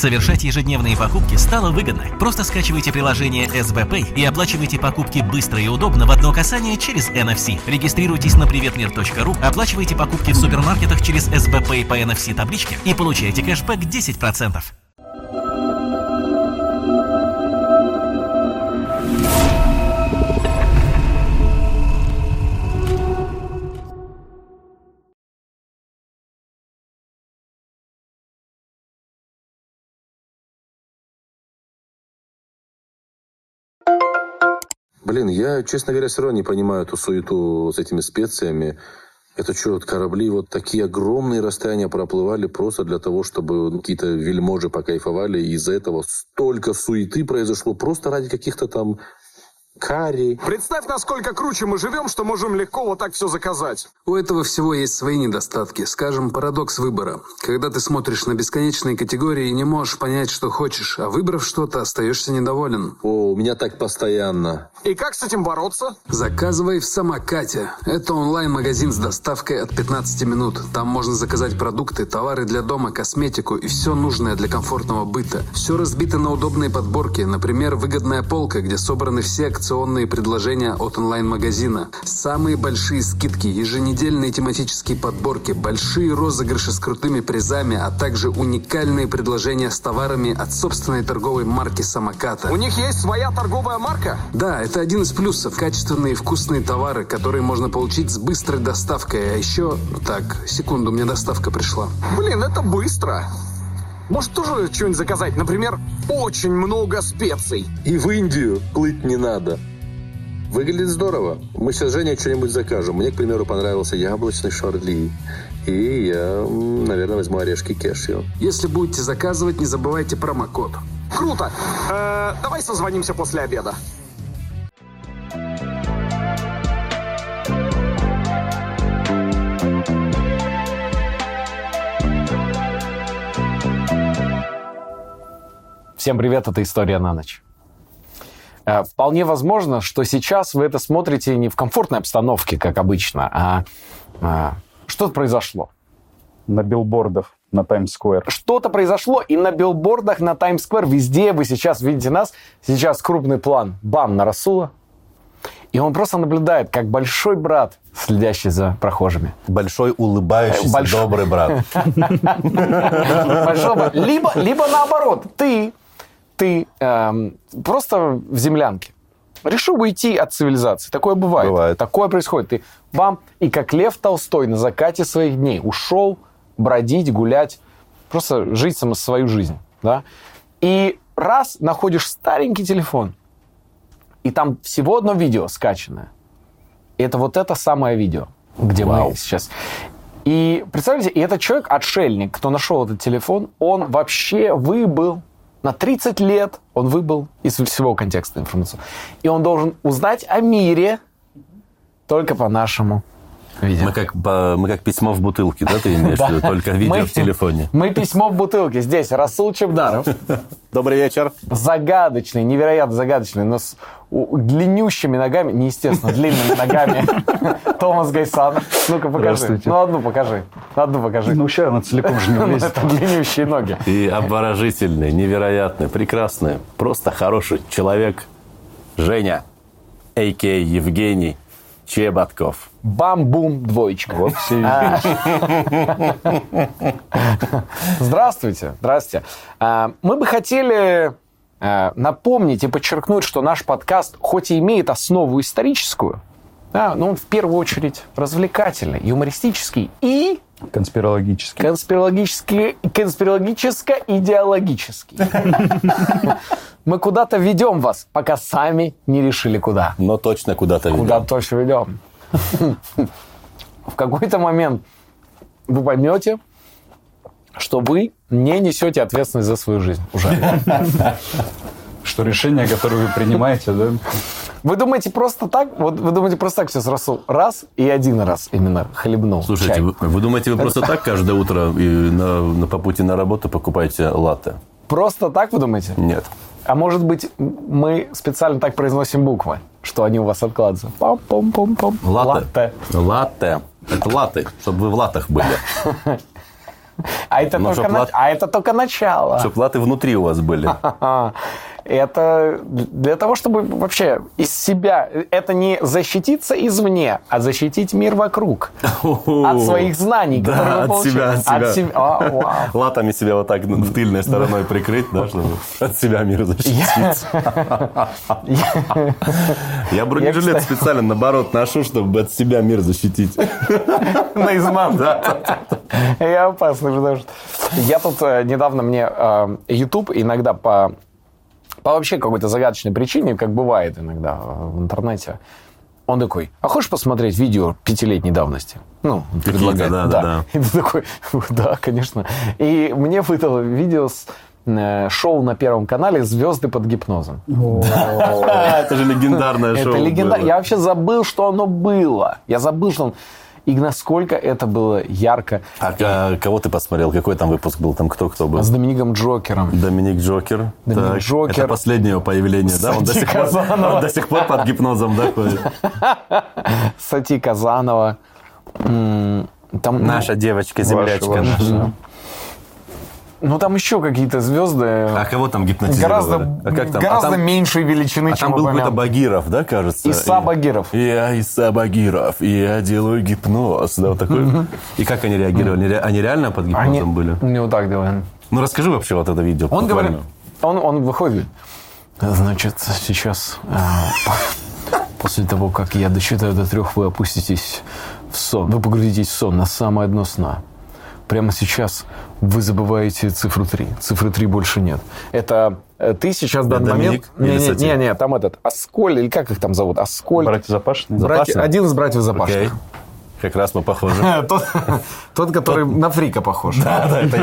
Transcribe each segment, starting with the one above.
Совершать ежедневные покупки стало выгодно. Просто скачивайте приложение SB Pay и оплачивайте покупки быстро и удобно в одно касание через NFC. Регистрируйтесь на privetmir.ru, оплачивайте покупки в супермаркетах через SB Pay по NFC-табличке и получайте кэшбэк 10%. Блин, я, честно говоря, все равно не понимаю эту суету с этими специями. Это что, корабли вот такие огромные расстояния проплывали просто для того, чтобы какие-то вельможи покайфовали, и из-за этого столько суеты произошло просто ради каких-то там карри. Представь, насколько круче мы живем, что можем легко вот так все заказать. У этого всего есть свои недостатки. Скажем, парадокс выбора. Когда ты смотришь на бесконечные категории и не можешь понять, что хочешь, а выбрав что-то, остаешься недоволен. О, у меня так постоянно. И как с этим бороться? Заказывай в Самокате. Это онлайн-магазин с доставкой от 15 минут. Там можно заказать продукты, товары для дома, косметику и все нужное для комфортного быта. Все разбито на удобные подборки. Например, выгодная полка, где собраны все акционные предложения от онлайн-магазина. Самые большие скидки, еженедельные тематические подборки, большие розыгрыши с крутыми призами, а также уникальные предложения с товарами от собственной торговой марки Самоката. У них есть своя торговая марка? Да, это один из плюсов. Качественные и вкусные товары, которые можно получить с быстрой доставкой. А еще... Так, секунду, мне доставка пришла. Блин, это быстро. Может, тоже что-нибудь заказать? Например, очень много специй. И в Индию плыть не надо. Выглядит здорово. Мы сейчас с Женей что-нибудь закажем. Мне, к примеру, понравился яблочный шарли. И я, наверное, возьму орешки кешью. Если будете заказывать, не забывайте промокод. Круто. Давай созвонимся после обеда. Всем привет, это «История на ночь». Вполне возможно, что сейчас вы это смотрите не в комфортной обстановке, как обычно, а что-то произошло. На билбордах на Таймс-сквер. Что-то произошло, и на билбордах на Таймс-сквер, везде вы сейчас видите нас. Сейчас крупный план. Бам, на Расула. И он просто наблюдает, как большой брат, следящий за прохожими. Большой улыбающийся добрый брат. Либо наоборот, ты просто в землянке решил уйти от цивилизации. Такое бывает. Такое происходит. Ты бам, и как Лев Толстой на закате своих дней ушел бродить, гулять, просто жить свою жизнь. Да? И раз находишь старенький телефон, и там всего одно видео скачанное. И это вот это самое видео, где мы сейчас. И представляете, и этот человек, отшельник, кто нашел этот телефон, он вообще выбыл на 30 лет, он выбыл из всего контекста информационного. И он должен узнать о мире только по нашему видео. Мы как письмо в бутылке, да, ты имеешь в виду? Только видео в телефоне. Мы письмо в бутылке. Здесь Расул Чебдаров. Добрый вечер. Загадочный, невероятно загадочный, но с длиннющими ногами, неестественно, длинными ногами. Томас Гайсан. Ну-ка, покажи. Одну покажи. Ну, сейчас она целиком же не влезет. Это длиннющие ноги. И обворожительный, невероятный, прекрасный, просто хороший человек Женя, а.к.а. Евгений Чеботков. Бам-бум, двоечка. Вот все видишь. Здравствуйте. Мы бы хотели напомнить и подчеркнуть, что наш подкаст, хоть и имеет основу историческую, да, но он в первую очередь развлекательный, юмористический и... Конспирологическо-идеологический. Мы куда-то ведем вас, пока сами не решили куда. Но точно куда-то ведем. Куда точно ведем. В какой-то момент вы поймете, что вы не несете ответственность за свою жизнь уже. Что решения, которые вы принимаете, да? Вы думаете просто так? Вот вы думаете просто так сейчас Расул раз и один раз именно хлебнул. Слушайте, вы думаете, вы просто так каждое утро и по пути на работу покупаете латте? Просто так вы думаете? Нет. А может быть, мы специально так произносим буквы, что они у вас откладываются? Пам-пам-пам-пам. Латте. Это латте, чтобы вы в латах были. А это только начало. Чтобы латы внутри у вас были. Это для того, чтобы вообще из себя... Это не защититься извне, а защитить мир вокруг. От своих знаний, которые вы получили. От себя. Латами себя вот так тыльной стороной прикрыть, да, чтобы от себя мир защитить. Я бронежилет специально, наоборот, ношу, чтобы от себя мир защитить. Наизман. Я опасный, потому что... Я тут недавно мне YouTube иногда по вообще какой-то загадочной причине, как бывает иногда в интернете, он такой, а хочешь посмотреть видео 5-летней давности? Ну, предлагает. Да. И ты такой, да, конечно. И мне выдало видео с шоу на Первом канале «Звезды под гипнозом». Это же легендарное шоу. Это легендарное. Я вообще забыл, что оно было. Я забыл, что он... И насколько это было ярко. А кого ты посмотрел? Какой там выпуск был? Там кто был? С Домиником Джокером. Доминик Джокер. Джокер. Это последнее его появление, да? Он до сих пор под гипнозом, да, ходит? Сати Казанова. Наша девочка-землячка. Ну, там еще какие-то звезды. А кого там гипнотизировали? Гораздо меньшей величины, чем там был какой-то Багиров, да, кажется? Иса Багиров. Я Иса Багиров, я делаю гипноз. Да, вот такой. И как они реагировали? Они реально под гипнозом были? Не вот так делали. Ну, расскажи вообще вот это видео. Он говорит, он выходит, значит, сейчас, после того, как я досчитаю до 3, вы опуститесь в сон. Вы погрузитесь в сон на самое дно сна. Прямо сейчас вы забываете цифру 3. Цифры 3 больше нет. Это ты сейчас в данный момент... Не, там этот Асколь, или как их там зовут? Асколь. Братья Запашные. Один из братьев Запашных. Okay. Как раз мы похожи. Тот, который на Фрика похож. Да, это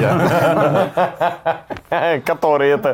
я. Который это...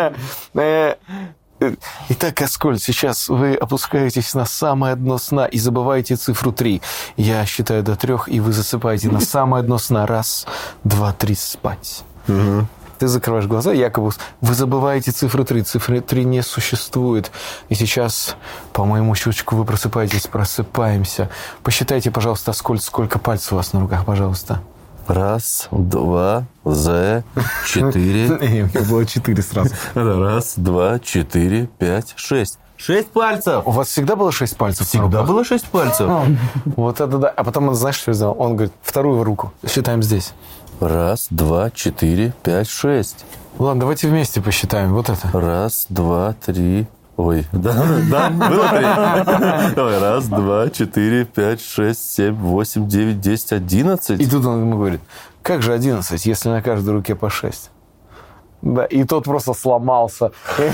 Итак, Асколь, сейчас вы опускаетесь на самое дно сна и забываете цифру 3. Я считаю до 3, и вы засыпаете на самое дно сна. 1, 2, 3, спать. Угу. Ты закрываешь глаза, якобы вы забываете цифру 3. Цифры 3 не существует. И сейчас по моему щелчку вы просыпаетесь, просыпаемся. Посчитайте, пожалуйста, сколько пальцев у вас на руках, пожалуйста. 1, 2, 4. Было 4 сразу. 1, 2, 4, 5, 6. 6 пальцев! У вас всегда было 6 пальцев? Всегда было 6 пальцев. Вот это да. А потом он, знаешь, что сделал? Он говорит, вторую руку. Считаем здесь. 1, 2, 4, 5, 6. Ладно, давайте вместе посчитаем. Вот это. 1, 2, 3... Ой, да, было 3. Давай, 1, 2, 4, 5, 6, 7, 8, 9, 10, 11. И тут он ему говорит, как же 11, если на каждой руке по 6? Да, и тот просто сломался.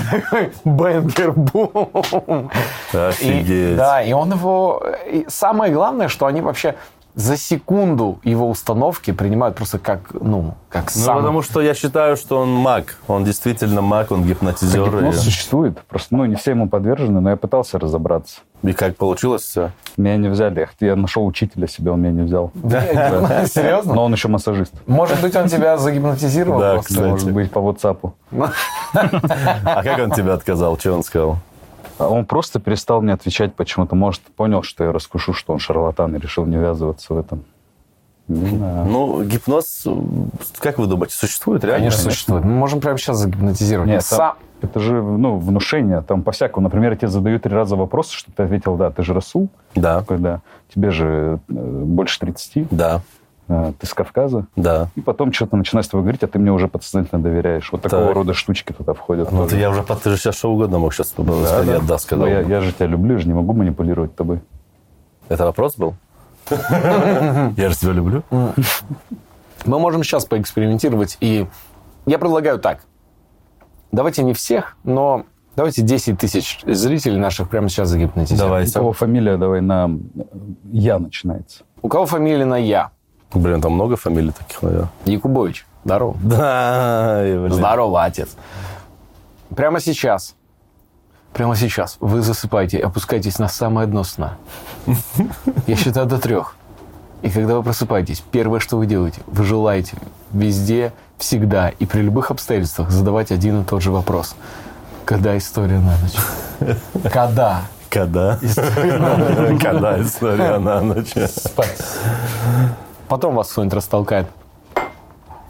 Бенгер-бум. Офигеть. Да, и он его... И самое главное, что они вообще... За секунду его установки принимают просто как сам. Потому что я считаю, что он маг. Он действительно маг, он гипнотизер. Гипноз существует. Просто, не все ему подвержены, но я пытался разобраться. И как получилось все? Меня не взяли. Я нашел учителя себе, он меня не взял. Да? Серьезно? Но он еще массажист. Может быть, он тебя загипнотизировал? Да, кстати. Может быть, по WhatsApp. А как он тебе отказал? Что он сказал? Он просто перестал мне отвечать почему-то. Может, понял, что я раскушу, что он шарлатан, и решил не ввязываться в этом. Не знаю. Гипноз, как вы думаете, существует реально? Конечно, существует. Мы можем прямо сейчас загипнотизировать. Нет, это же внушение. Там по-всякому. Например, тебе задают 3 раза вопрос, что ты ответил, да, ты же Расул. Да. Такой, да. Тебе же больше 30. Да. Ты с Кавказа. Да. И потом что-то начинаешь с тобой говорить, а ты мне уже подсознательно доверяешь. Вот такого рода штучки туда входят. Ты же сейчас что угодно мог сейчас сказать. Да, сказал. Я же тебя люблю, я же не могу манипулировать тобой. Это вопрос был? Я же тебя люблю. Мы можем сейчас поэкспериментировать. И я предлагаю так. Давайте не всех, но давайте 10 тысяч зрителей наших прямо сейчас загипнотизируем. Давай. У кого фамилия, давай на «Я» начинается. У кого фамилия на «Я»? Блин, там много фамилий таких, наверное. Якубович, здорово. Да, здорово, отец. Прямо сейчас вы засыпаете, опускаетесь на самое дно сна. Я считаю до 3. И когда вы просыпаетесь, первое, что вы делаете, вы желаете везде, всегда и при любых обстоятельствах задавать один и тот же вопрос. Когда история на ночь? Когда? Когда история на ночь? Спать. Потом вас кто-нибудь растолкает.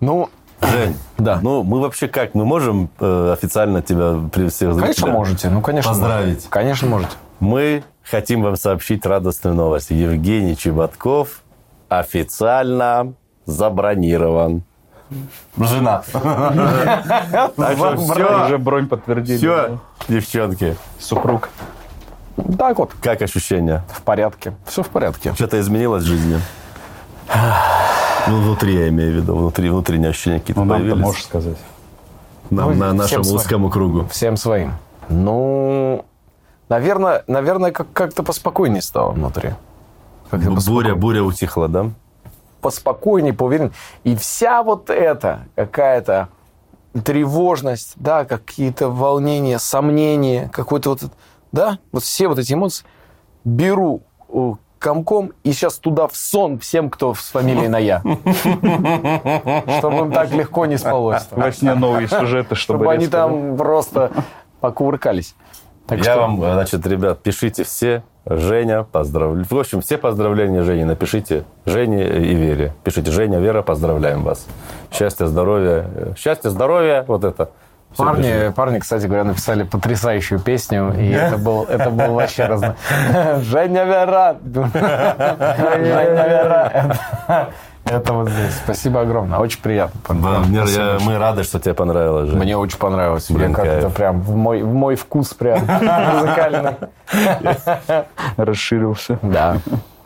Ну, Жень, да. Ну, мы вообще как? Мы можем официально тебя при всех зрителях Конечно, можете. Ну, конечно. поздравить? Можете. Конечно, можете. Мы хотим вам сообщить радостную новость. Евгений Чеботков официально забронирован. Женат. Так что все. Уже бронь подтвердили. Все, девчонки. Супруг. Так вот, Как ощущения? в порядке. Все в порядке. Что-то изменилось в жизни? Ну, внутри, я имею в виду. Внутренние ощущения какие-то Ну, нам ты появились? можешь сказать. Нам, на всем нашему своим. узкому кругу. Всем своим. Ну, наверное, как-то поспокойнее стало внутри. Как-то Буря утихла, да? поспокойнее, поувереннее. И вся вот эта какая-то тревожность, да, какие-то волнения, сомнения, какой-то вот, да, вот все вот эти эмоции беру комком и сейчас туда в сон всем, кто с фамилией на «Я». Чтобы им так легко не спалось. Во сне новые сюжеты, Чтобы они там просто покувыркались. Так Я что вам, значит, ребят, пишите все. Женя, поздравляю. В общем, все поздравления Жене напишите Жене и Вере. Пишите: Женя, Вера, поздравляем вас. Счастья, здоровья, вот это. Все пишите. парни, кстати говоря, написали потрясающую песню, и это был вообще разно. Женя, Вера. Женя, Вера. Это вот здесь. Спасибо огромное. Очень приятно. Мы рады, что тебе понравилось, Жень. Мне очень понравилось. Блин, Мне как-то кайф. прям в мой вкус прям музыкальный. Расширился. Да.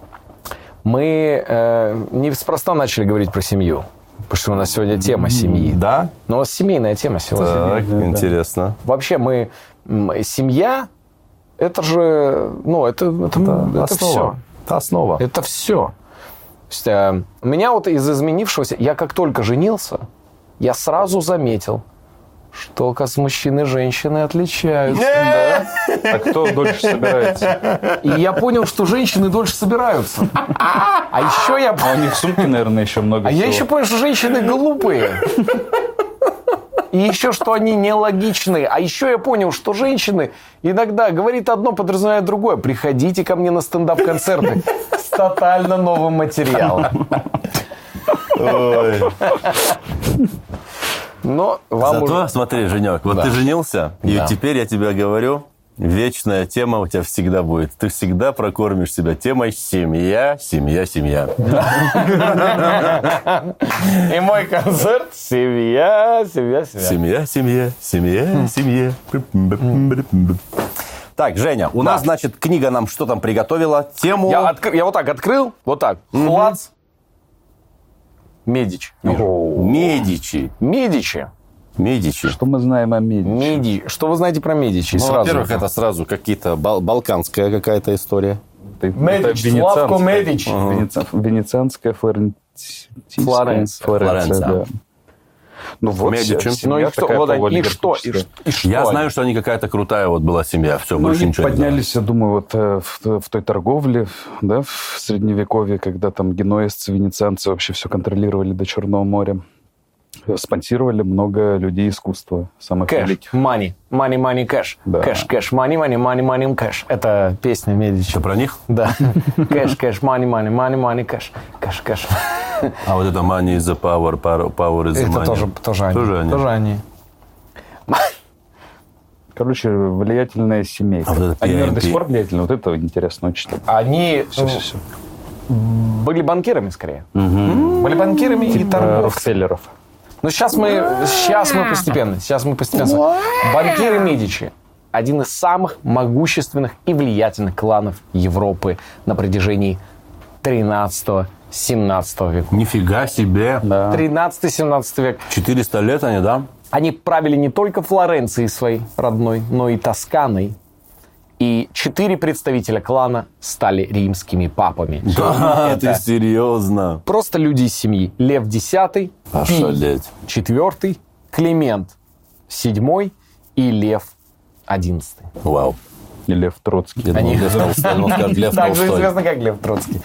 Мы неспроста начали говорить про семью. Потому что у нас сегодня тема семьи. Да? Но у нас семейная тема сегодня. Так, интересно. Вообще семья, это же, это все. Это основа. Это все. То есть, у меня вот из изменившегося, я как только женился, я сразу заметил, что, оказывается, мужчины и женщины отличаются. Да? А кто дольше собирается? И я понял, что женщины дольше собираются. А еще я А у них в сумке, наверное, еще много А всего. я еще понял, что женщины глупые. И еще, что они нелогичные. А еще я понял, что женщины иногда говорит одно, подразумевает другое. Приходите ко мне на стендап-концерты с тотально новым материалом. Ой. Но вам Зато, смотри, Женек, вот Да. ты женился, и Да. теперь я тебе говорю, вечная тема у тебя всегда будет. Ты всегда прокормишь себя темой семья, семья, семья. И мой концерт семья, семья, семья. Семья, семья, семья, семья. Так, Женя, у нас, значит, книга нам что там приготовила? Тему... Я вот так открыл, вот так. Клац. Медичи. Медичи. Медичи. Что мы знаем о Медичи? Что вы знаете про Медичи? Ну, Сразу. во-первых, это сразу какие-то балканская какая-то история. Медичи, Славко Медичи. Венецианская, Флоренция. Флоренция. Да. Ну вот, Медичи. семья Ну и что? такая Вот, и что? полуолигархическая. И что? Я знаю, что они какая-то крутая вот была семья. Все, Ну, больше они ничего не знаю. поднялись, я думаю, вот в той торговле, да, в Средневековье, когда там генуэзцы, венецианцы вообще все контролировали до Черного моря. Спонсировали много людей искусства, самых Кэш, великих. money, кэш. Да. Кэш, money, кэш. Это песня Медичи. Что, про них? Да. Кэш, money, кэш. Кэш. А вот это money is the power is the Это money. тоже они. Тоже они. Короче, влиятельная семейка. А вот это Они, наверное, до PMP. сих пор влиятельны. Вот это интересно очень. Они Все. были банкирами, скорее. Были банкирами и торговцами. Рокфеллеров. Но сейчас мы постепенно. Банкиры Медичи – один из самых могущественных и влиятельных кланов Европы на протяжении 13-17 века. Нифига себе. Да. 13-17 век. 400 лет они, да? Они правили не только Флоренцией своей родной, но и Тосканой. И 4 представителя клана стали римскими папами. Да, Это ты серьезно? просто люди из семьи. Лев X, Пий Ошалеть. IV, Климент VII и Лев XI. Вау. И Лев Троцкий. Я думал, Лев Толстой, но он скажет Лев Также Толстой. известно как Лев Троцкий.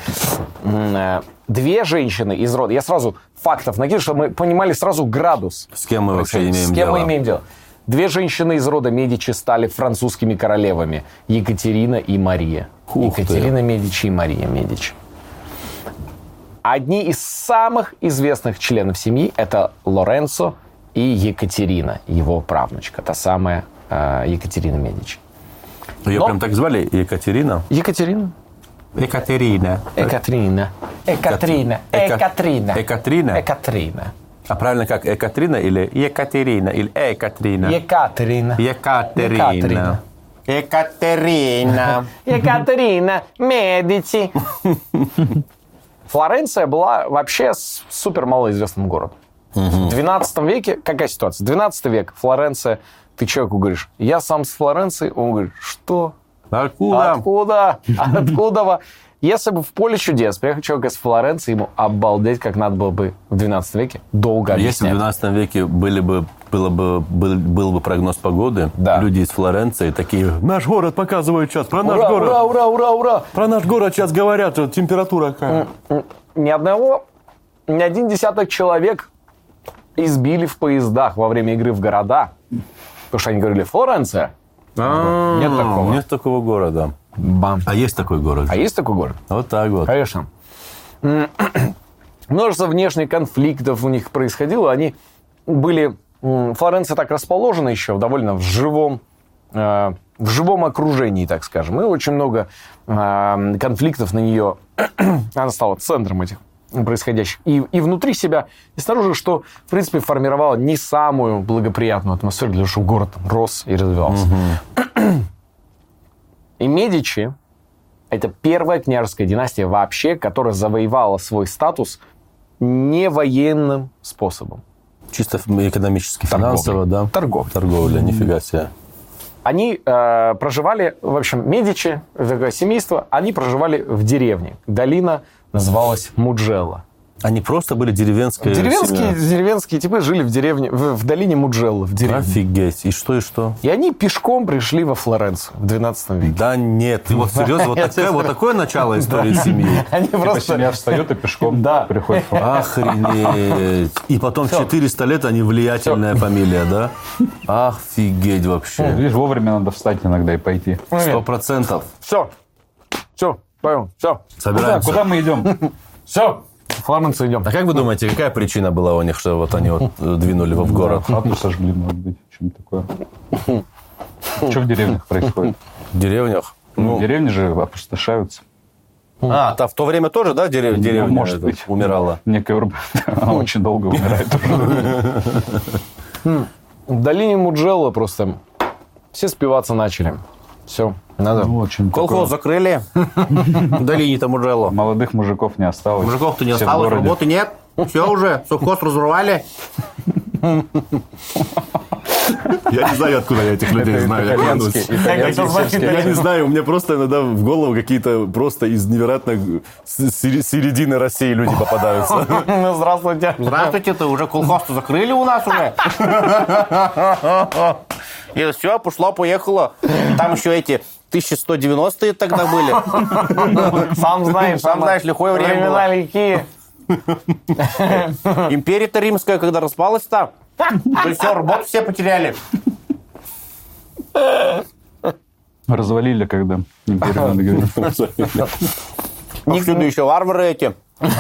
2 женщины из рода. Я сразу фактов накину, чтобы мы понимали сразу градус. С кем мы вообще имеем С кем дело? мы имеем дело? 2 женщины из рода Медичи стали французскими королевами. Екатерина и Мария. Ух ты. Екатерина Медичи и Мария Медичи. Одни из самых известных членов семьи – это Лоренцо и Екатерина, его правнучка, та самая Екатерина Медичи. Ее прям так звали? Екатерина? Екатерина. Екатерина. Екатерина. Екатерина. Екатерина. Екатерина? Екатерина. А правильно как? Екатерина или Екатерина? Или Екатерина? Екатерина. Екатерина. Екатерина. Екатерина Медичи. Флоренция была вообще супер малоизвестным городом. В 12 веке какая ситуация? 12 век, Флоренция, ты человеку говоришь, я сам с Флоренции, он говорит, что? Откуда? Откуда? Если бы в поле чудес приехал человек из Флоренции, ему обалдеть, как надо было бы в 12 веке долго объяснять. Если в 12 веке был бы прогноз погоды, да. Люди из Флоренции такие, наш город показывают сейчас, про наш ура, город. Ура, ура, ура, ура! Про наш город сейчас говорят, температура какая. Ни один десяток человек избили в поездах во время игры в города, потому что они говорили, Флоренция. Нет такого. Нет такого города. Бам. А есть такой город? А есть такой город? Вот так вот. Конечно. Множество внешних конфликтов у них происходило. Они были... Флоренция так расположена еще довольно в живом окружении, так скажем. И очень много конфликтов на нее... Она стала центром этих происходящих. И внутри себя, и снаружи, что, в принципе, формировало не самую благоприятную атмосферу для того, чтобы город рос и развивался. И Медичи – это первая княжеская династия вообще, которая завоевала свой статус не военным способом. Чисто экономически, финансово, да? Торговля, нифига себе. Они проживали, в общем, Медичи, такое семейство, они проживали в деревне. Долина называлась Муджелло. Они просто были деревенские... Деревенские типы жили в деревне, в долине Муджелло, в деревне. Офигеть. И что? И они пешком пришли во Флоренцию в 12 веке. Да нет, ты вот серьезно, вот такое начало истории семьи? Они просто... Семья встает и пешком приходит. Охренеть. И потом 400 лет они влиятельная фамилия, да? Офигеть вообще. Видишь, вовремя надо встать иногда и пойти. 100%. Все, понял, все. Собираемся. Куда мы идем? Все. В Флоренцию идем. А как вы думаете, какая причина была у них, что вот они вот двинули в город? Хату сожгли, может быть, что-нибудь такое. Что в деревнях происходит? В деревнях? Деревни же опустошаются. В то время тоже, да, деревня может быть. умирала? Некая она очень долго умирает уже. В долине Муджелло просто все спиваться начали. Все, надо. Колхоз закрыли. В долине-то Муджелло. Молодых мужиков не осталось. Мужиков-то не осталось, работы нет. Все уже, совхоз разорвали. Я не знаю, откуда я этих людей знаю. Я не знаю, у меня просто иногда в голову какие-то просто из невероятно середины России люди попадаются. Здравствуйте. Здравствуйте-то, уже колхоз-то закрыли у нас уже. И все, пошло-поехало. Там еще эти 1190-е тогда были. Сам знаешь, лихое время было. Лихие. Империя-то римская, когда распалась-то, то есть все, работу все потеряли. Развалили, когда империю, надо говорить. Повсюду еще варвары эти.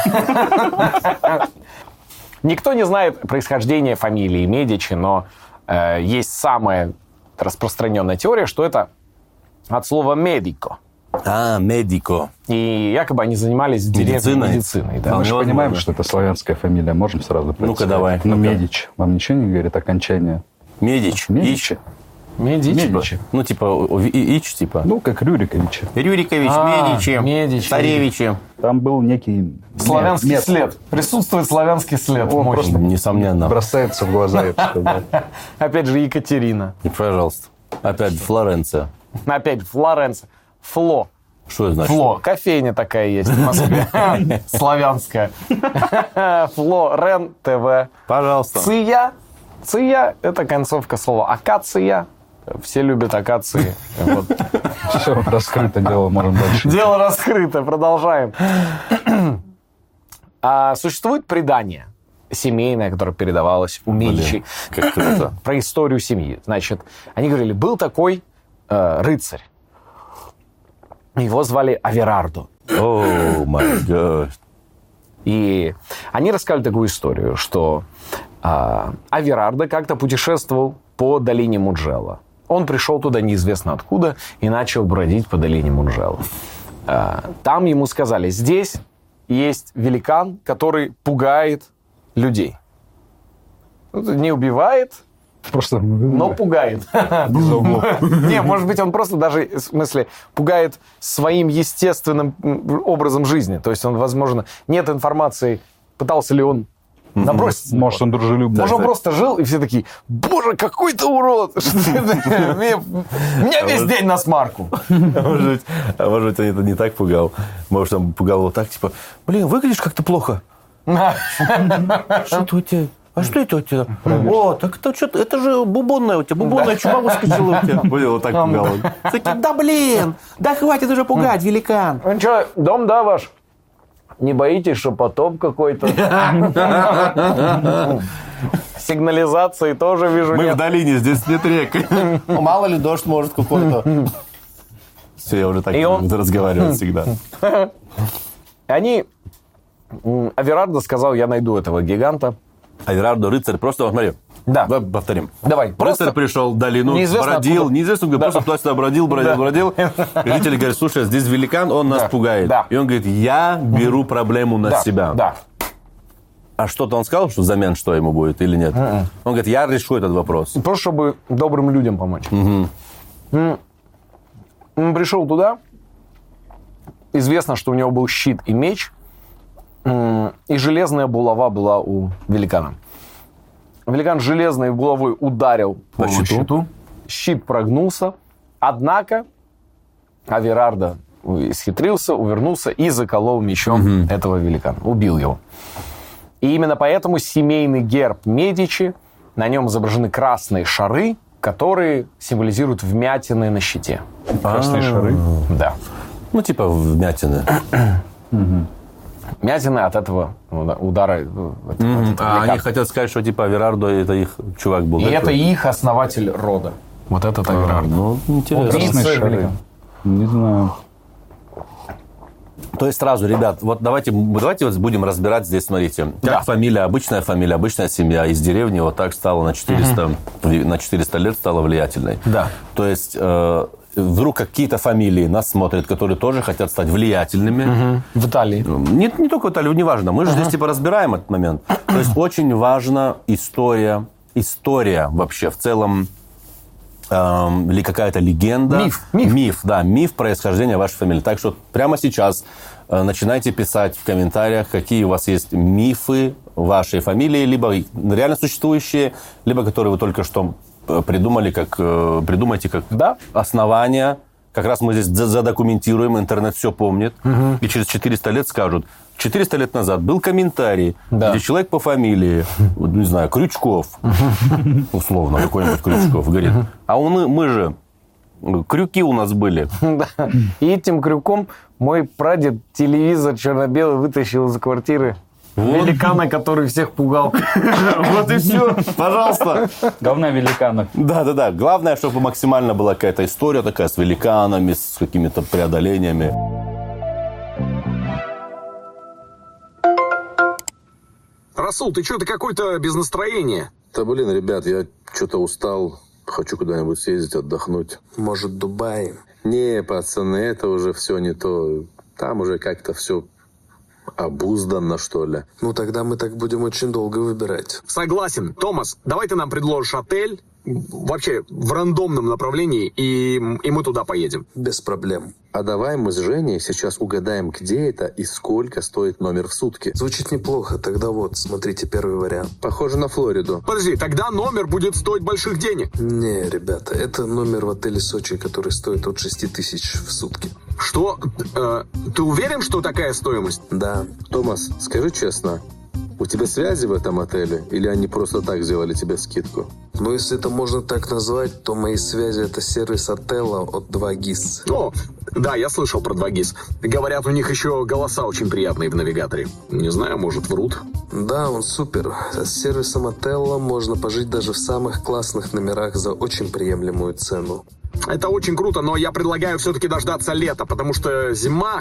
Никто не знает происхождение фамилии Медичи, но есть самая распространенная теория, что это от слова «медико». Медико. И якобы они занимались в деревне медициной. Да. Мы же понимаем, что это славянская фамилия. Можем сразу представить. Ну-ка, давай. Медич. Вам ничего не говорит окончание? Медич. Медичи. Медичи. Ну, типа, Ич, типа. Ну, как Рюриковичи. Рюрикович, Медичи, Царевичи. Там был некий... Славянский след. Присутствует славянский след. Просто, несомненно. Бросается в глаза, я бы сказал. Опять же, Екатерина. И, пожалуйста. Опять Флоренция. Опять Флоренция. Фло. Что это значит? Фло. Кофейня такая есть в Москве. Славянская. Фло. Рен. ТВ. Пожалуйста. Ция. Ция – это концовка слова. Акация. Все любят акации. Вот. Все, раскрыто дело, можем дальше. Дело раскрыто, продолжаем. Существует предание семейное, которое передавалось у Медичи. Как это? Про историю семьи. Значит, они говорили, был такой рыцарь. Его звали Аверардо. О, май гад. И они рассказали такую историю, что Аверардо как-то путешествовал по долине Муджело. Он пришел туда неизвестно откуда и начал бродить по долине Муджело. Там ему сказали, здесь есть великан, который пугает людей. Не убивает, Просто... но пугает. Не, может быть, он просто даже, в смысле, пугает своим естественным образом жизни. То есть он, возможно, нет информации, пытался ли он наброситься. Может, он дружелюбный. Может, он просто жил, и все такие, боже, какой ты урод! Меня весь день на смарку. Может быть, он это не так пугал. Может, он пугал его так, типа, блин, выглядишь как-то плохо. Что-то у тебя... А что это у тебя? О, так это что-то, это же бубонная у тебя, бубонная чума выскочила у тебя. Понял, вот так пугал он. Такие, да блин, да хватит уже пугать, великан. Ну что, дом, да, ваш? Не боитесь, что потоп какой-то? Сигнализации тоже вижу Мы нет. в долине, здесь нет рек. Мало ли дождь может какой-то. Все, я уже так буду разговаривать всегда. Аверардо сказал, я найду этого гиганта. Аверардо, рыцарь, просто, смотри, Да. давай повторим. Давай, Рыцарь пришел в долину, неизвестно бродил, откуда. неизвестно, говорит, просто туда-сюда бродил. И жители говорят, слушай, здесь великан, он нас пугает. Да. И он говорит, я беру проблему на себя. Да. А что-то он сказал, что взамен что ему будет или нет? Он говорит, я решу этот вопрос. Просто чтобы добрым людям помочь. Он пришел туда. Известно, что у него был щит и меч. И железная булава была у великана. Великан железной булавой ударил по щиту. Щит прогнулся. Однако Аверардо исхитрился, увернулся и заколол мечом этого великана. Убил его. И именно поэтому семейный герб Медичи, на нем изображены красные шары, которые символизируют вмятины на щите. Красные шары? Да. Ну, типа вмятины. Вмятины от этого удара. Они хотят сказать, что типа Аверардо это их чувак был. И это их основатель рода. Вот этот Аверардо. Ну, интересно. Красные шары. Не знаю. То есть сразу, ребят, вот давайте вот будем разбирать здесь, смотрите. Как фамилия, обычная семья из деревни вот так стала на 400 лет стала влиятельной. Да. То есть вдруг какие-то фамилии нас смотрят, которые тоже хотят стать влиятельными. В Италии. Не только в Италии, неважно. Мы же здесь типа разбираем этот момент. То есть очень важна история вообще в целом. Или какая-то легенда. Миф происхождения вашей фамилии. Так что прямо сейчас начинайте писать в комментариях, какие у вас есть мифы вашей фамилии, либо реально существующие, либо которые вы только что придумайте как основание. Как раз мы здесь задокументируем, интернет все помнит. И через 400 лет скажут, 400 лет назад был комментарий, где человек по фамилии, не знаю, Крючков, условно, какой-нибудь Крючков, говорит, а мы же, крюки у нас были. И этим крюком мой прадед телевизор черно-белый вытащил из квартиры. Великана, который всех пугал. Вот и все, пожалуйста. Главное, великанов. Да. Главное, чтобы максимально была какая-то история такая с великанами, с какими-то преодолениями. Расул, ты что-то какой-то без настроения. Да блин, ребят, я что-то устал. Хочу куда-нибудь съездить, отдохнуть. Может, Дубай? Не, пацаны, это уже все не то. Там уже как-то все обузданно, что ли. Ну, тогда мы так будем очень долго выбирать. Согласен. Томас, давай ты нам предложишь отель, вообще в рандомном направлении, и мы туда поедем. Без проблем. А давай мы с Женей сейчас угадаем, где это и сколько стоит номер в сутки. Звучит неплохо. Тогда вот, смотрите первый вариант. Похоже на Флориду. Подожди, тогда номер будет стоить больших денег. Не, ребята, это номер в отеле Сочи, который стоит от 6 тысяч в сутки. Что? Ты уверен, что такая стоимость? Да. Томас, скажи честно, у тебя связи в этом отеле? Или они просто так сделали тебе скидку? Ну, если это можно так назвать, то мои связи — это сервис отеля от 2GIS. О, да, я слышал про 2GIS. Говорят, у них еще голоса очень приятные в навигаторе. Не знаю, может, врут. Да, он супер. С сервисом отеля можно пожить даже в самых классных номерах за очень приемлемую цену. Это очень круто, но я предлагаю все-таки дождаться лета, потому что зима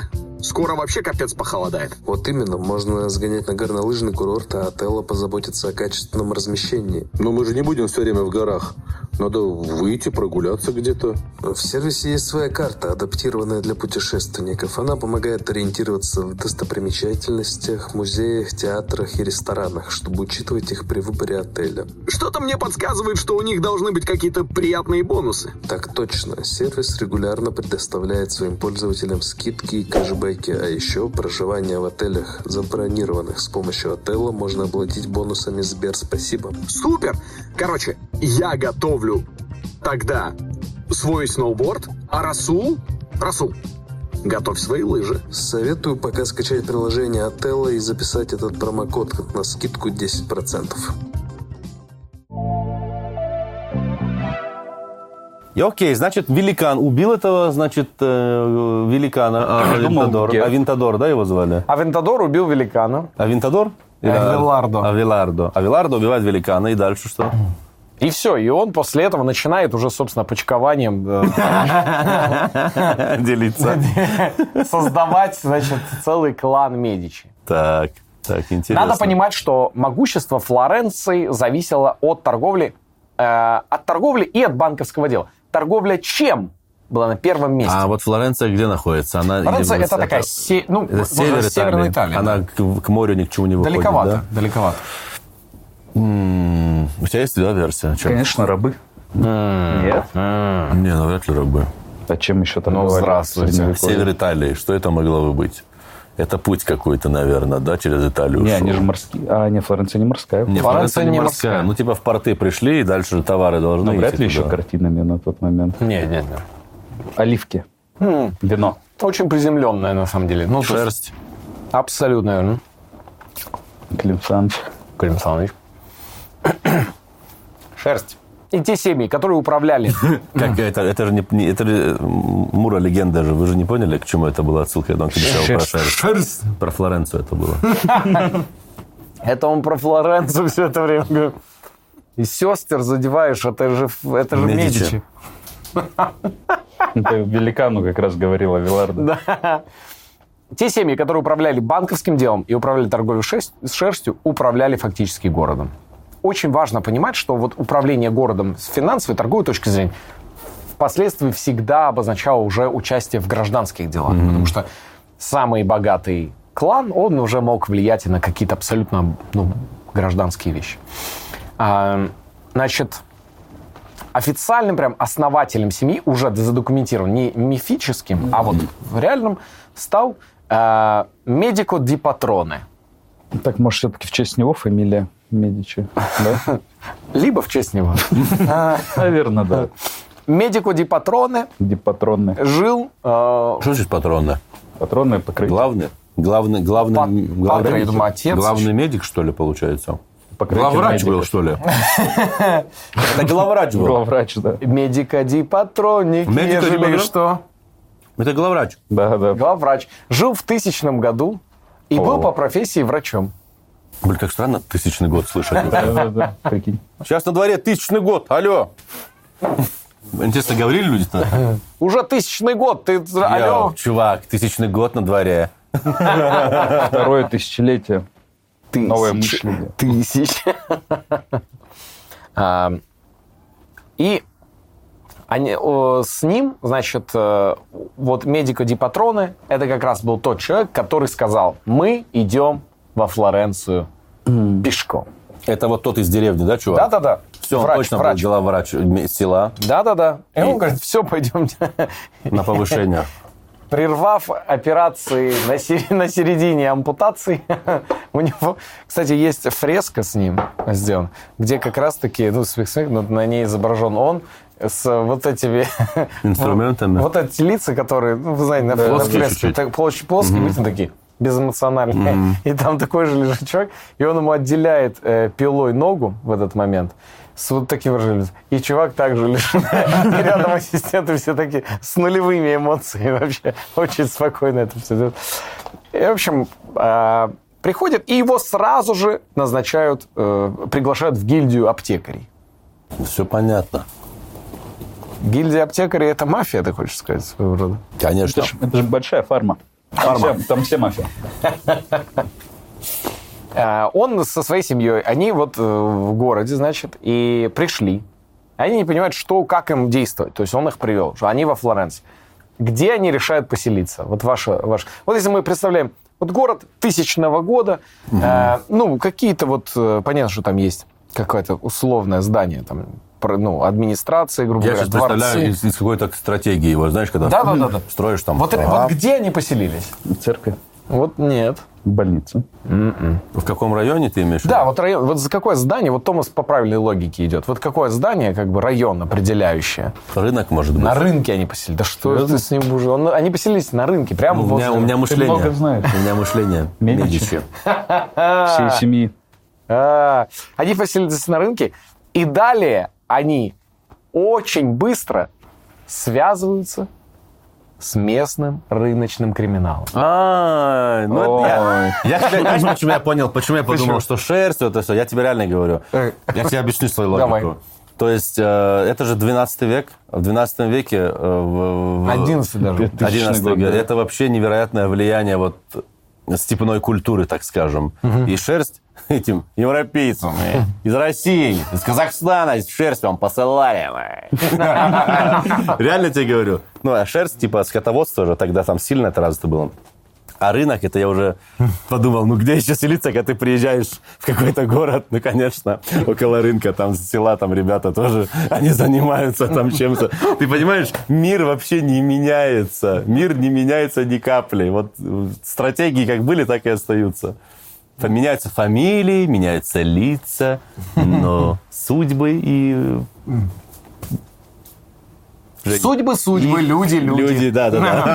Скоро вообще капец похолодает. Вот именно, можно сгонять на горнолыжный курорт, а Отелло позаботится о качественном размещении. Но мы же не будем все время в горах. Надо выйти, прогуляться где-то. В сервисе есть своя карта, адаптированная для путешественников. Она помогает ориентироваться в достопримечательностях, музеях, театрах и ресторанах, чтобы учитывать их при выборе отеля. Что-то мне подсказывает, что у них должны быть какие-то приятные бонусы. Так точно. Сервис регулярно предоставляет своим пользователям скидки и кэшбэки. А еще проживание в отелях, забронированных с помощью Отелло, можно оплатить бонусами Сберспасибо. Супер! Короче, я готовлю тогда свой сноуборд, а Расул, готовь свои лыжи. Советую пока скачать приложение Отелло и записать этот промокод на скидку 10%. И окей, значит, великан убил этого, значит, великана. Авентадор, да, его звали? Авентадор убил великана. Авентадор? Авелардо. Авелардо убивает великана, и дальше что? И все, и он после этого начинает уже, собственно, почкованием делиться. Создавать, значит, целый клан Медичи. Так, интересно. Надо понимать, что могущество Флоренции зависело от торговли и от банковского дела. Торговля чем была на первом месте? А вот Флоренция где находится? Флоренция это такая северная Италия. Она к морю ни к чему не выходит, далековато. У тебя есть версия? Конечно, рабы. Нет? Не, навряд ли рабы. А чем еще там говорили? Здравствуйте. Север Италии. Что это могло бы быть? Это путь какой-то, наверное, да, через Италию. Не, они же морские. А, не, Флоренция не морская. Не, Флоренция не морская. Ну, типа в порты пришли, и дальше товары должны идти. Вряд ли еще картинами на тот момент. Нет. Оливки. Вино. Очень приземленная, на самом деле. Шерсть. Абсолютно верно. Клим Саныч. Шерсть. И те семьи, которые управляли. Как это же не это же Мура легенда же. Вы же не поняли, к чему это была отсылка? Я писал про шерсть. Про Флоренцию это было. Это он про Флоренцию все это время говорит. И сестер задеваешь, это же Медичи. Это великану как раз говорил Авелардо. Да. Те семьи, которые управляли банковским делом и управляли торговлей шерстью, управляли фактически городом. Очень важно понимать, что вот управление городом с финансовой, торговой точки зрения впоследствии всегда обозначало уже участие в гражданских делах. Потому что самый богатый клан, он уже мог влиять и на какие-то абсолютно гражданские вещи. Значит, официальным прям основателем семьи, уже задокументирован не мифическим, а вот в реальном, стал Медико ди Патроне. Так, может, все-таки в честь него фамилия Медичи, да? Либо в честь него. Наверное, да. Медико ди Патроне. Ди Патроне. Жил... Что значит патроны? Патроны покрытие. Главный медик, что ли, получается? Главврач был, что ли? Это главврач был. Главврач, да. Медико ди Патроне. Ежели что... Это главврач. Да. Главврач. Жил в 1000 году и был по профессии врачом. Блин, как странно 1000 год слышать. Да, прикинь. Сейчас на дворе 1000 год, алло. Интересно, говорили люди-то? Уже 1000 год, ты... Алло. Чувак, 1000 год на дворе. Второе тысячелетие. Новое мышление. И с ним, значит, вот Медико ди Патроне, это как раз был тот человек, который сказал, мы идем во Флоренцию пешком. Это вот тот из деревни, да, чувак? Да. Все, он точно был главврач села. Да. И он говорит, все, пойдемте. На повышение. Прервав операции на середине ампутаций, у него, кстати, есть фреска с ним сделана, где как раз-таки, на ней изображен он с вот этими... Инструментами. Вот эти лица, которые, вы знаете, на фреске, плоские, видите, такие, безэмоциональные. И там такой же лежит человек, и он ему отделяет пилой ногу в этот момент, с вот таким выражением. И чувак также лежит. И рядом ассистенты все такие с нулевыми эмоциями вообще. Очень спокойно это все делают. И, в общем, приходят, и его сразу же назначают, приглашают в гильдию аптекарей. Все понятно. Гильдия аптекарей – это мафия, ты хочешь сказать, своего рода? Конечно. Это же большая фарма. Там все мафия. Он со своей семьей, они вот в городе, значит, и пришли. Они не понимают, что, как им действовать. То есть он их привел, что они во Флоренции. Где они решают поселиться? Вот Вот если мы представляем, вот город 1000 года, какие-то вот, понятно, что там есть какое-то условное здание, там, администрации, грубо говоря, Я сейчас представляю из какой-то стратегии, вот знаешь, когда строишь там... Вот где они поселились? Церковь. Вот нет. Больница. В каком районе ты имеешь? Да, вот район, вот за какое здание, вот Томас по правильной логике идет, вот какое здание, как бы район определяющее. Рынок, может быть. На рынке они поселились. Да что ты с ним уже? Они поселились на рынке, прямо возле... У меня мышление. Ты много знаешь. У меня мышление. Медичи. Всей семьи. Они поселились на рынке, и далее они очень быстро связываются с местным рыночным криминалом. Я знаешь, почему я понял, почему я подумал, что шерсть, вот это все. Я тебе реально говорю. Я тебе объясню свою логику. Давай. То есть это же 12 век. В 12 веке... 11 даже. 11 век. Это вообще невероятное влияние вот степной культуры, так скажем. И шерсть этим европейцам из России, из Казахстана шерсть вам посылали. Реально тебе говорю. А шерсть, типа, скотоводство же тогда там сильно это развито было. А рынок, это я уже подумал, где еще селиться, когда ты приезжаешь в какой-то город, конечно, около рынка, там села, там ребята тоже, они занимаются там чем-то. Ты понимаешь, мир вообще не меняется. Мир не меняется ни капли. Вот стратегии как были, так и остаются. Меняются фамилии, меняются лица, но судьбы и... Судьбы, люди. Люди, да.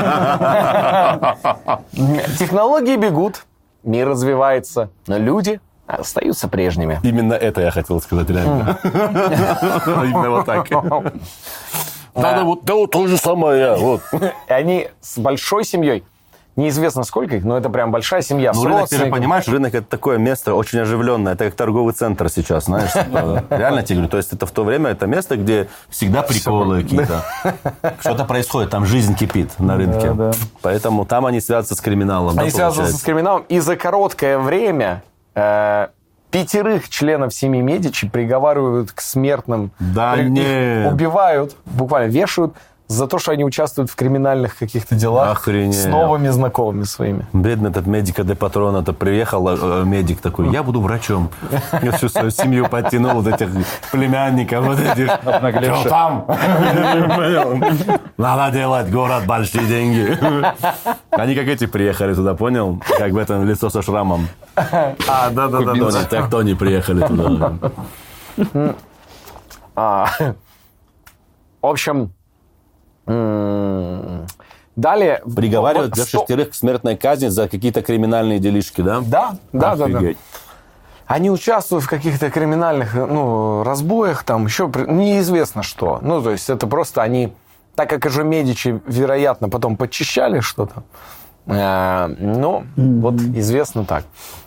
Технологии бегут, мир развивается, но люди остаются прежними. Именно это я хотел сказать, реально. Именно вот так. Да, вот то же самое. Они с большой семьей. Неизвестно, сколько их, но это прям большая семья. Рынок, ты же понимаешь, рынок – это такое место очень оживленное. Это как торговый центр сейчас, знаешь. Реально тебе говорю. То есть это в то время это место, где всегда приколы какие-то. Что-то происходит, там жизнь кипит на рынке. Поэтому там они связываются с криминалом. Они связываются с криминалом. И за короткое время 5 членов семьи Медичи приговаривают к смертным. Да нет. Убивают, буквально вешают, за то, что они участвуют в криминальных каких-то делах. Охренеть. С новыми знакомыми своими. Бедный этот медика де патрона-то приехал, медик такой, я буду врачом. Я всю свою семью подтянул, вот этих племянников, вот этих. Что там? Надо делать, город, большие деньги. Они как эти приехали туда, понял? Как в этом лицо со шрамом. Да. Так Тони приехали туда. В общем... Далее... Приговаривают для 6 к смертной казни за какие-то криминальные делишки, да? Да. Они участвуют в каких-то криминальных разбоях, там еще неизвестно что. То есть это просто они, так как уже Медичи, вероятно, потом подчищали что-то, вот известно так.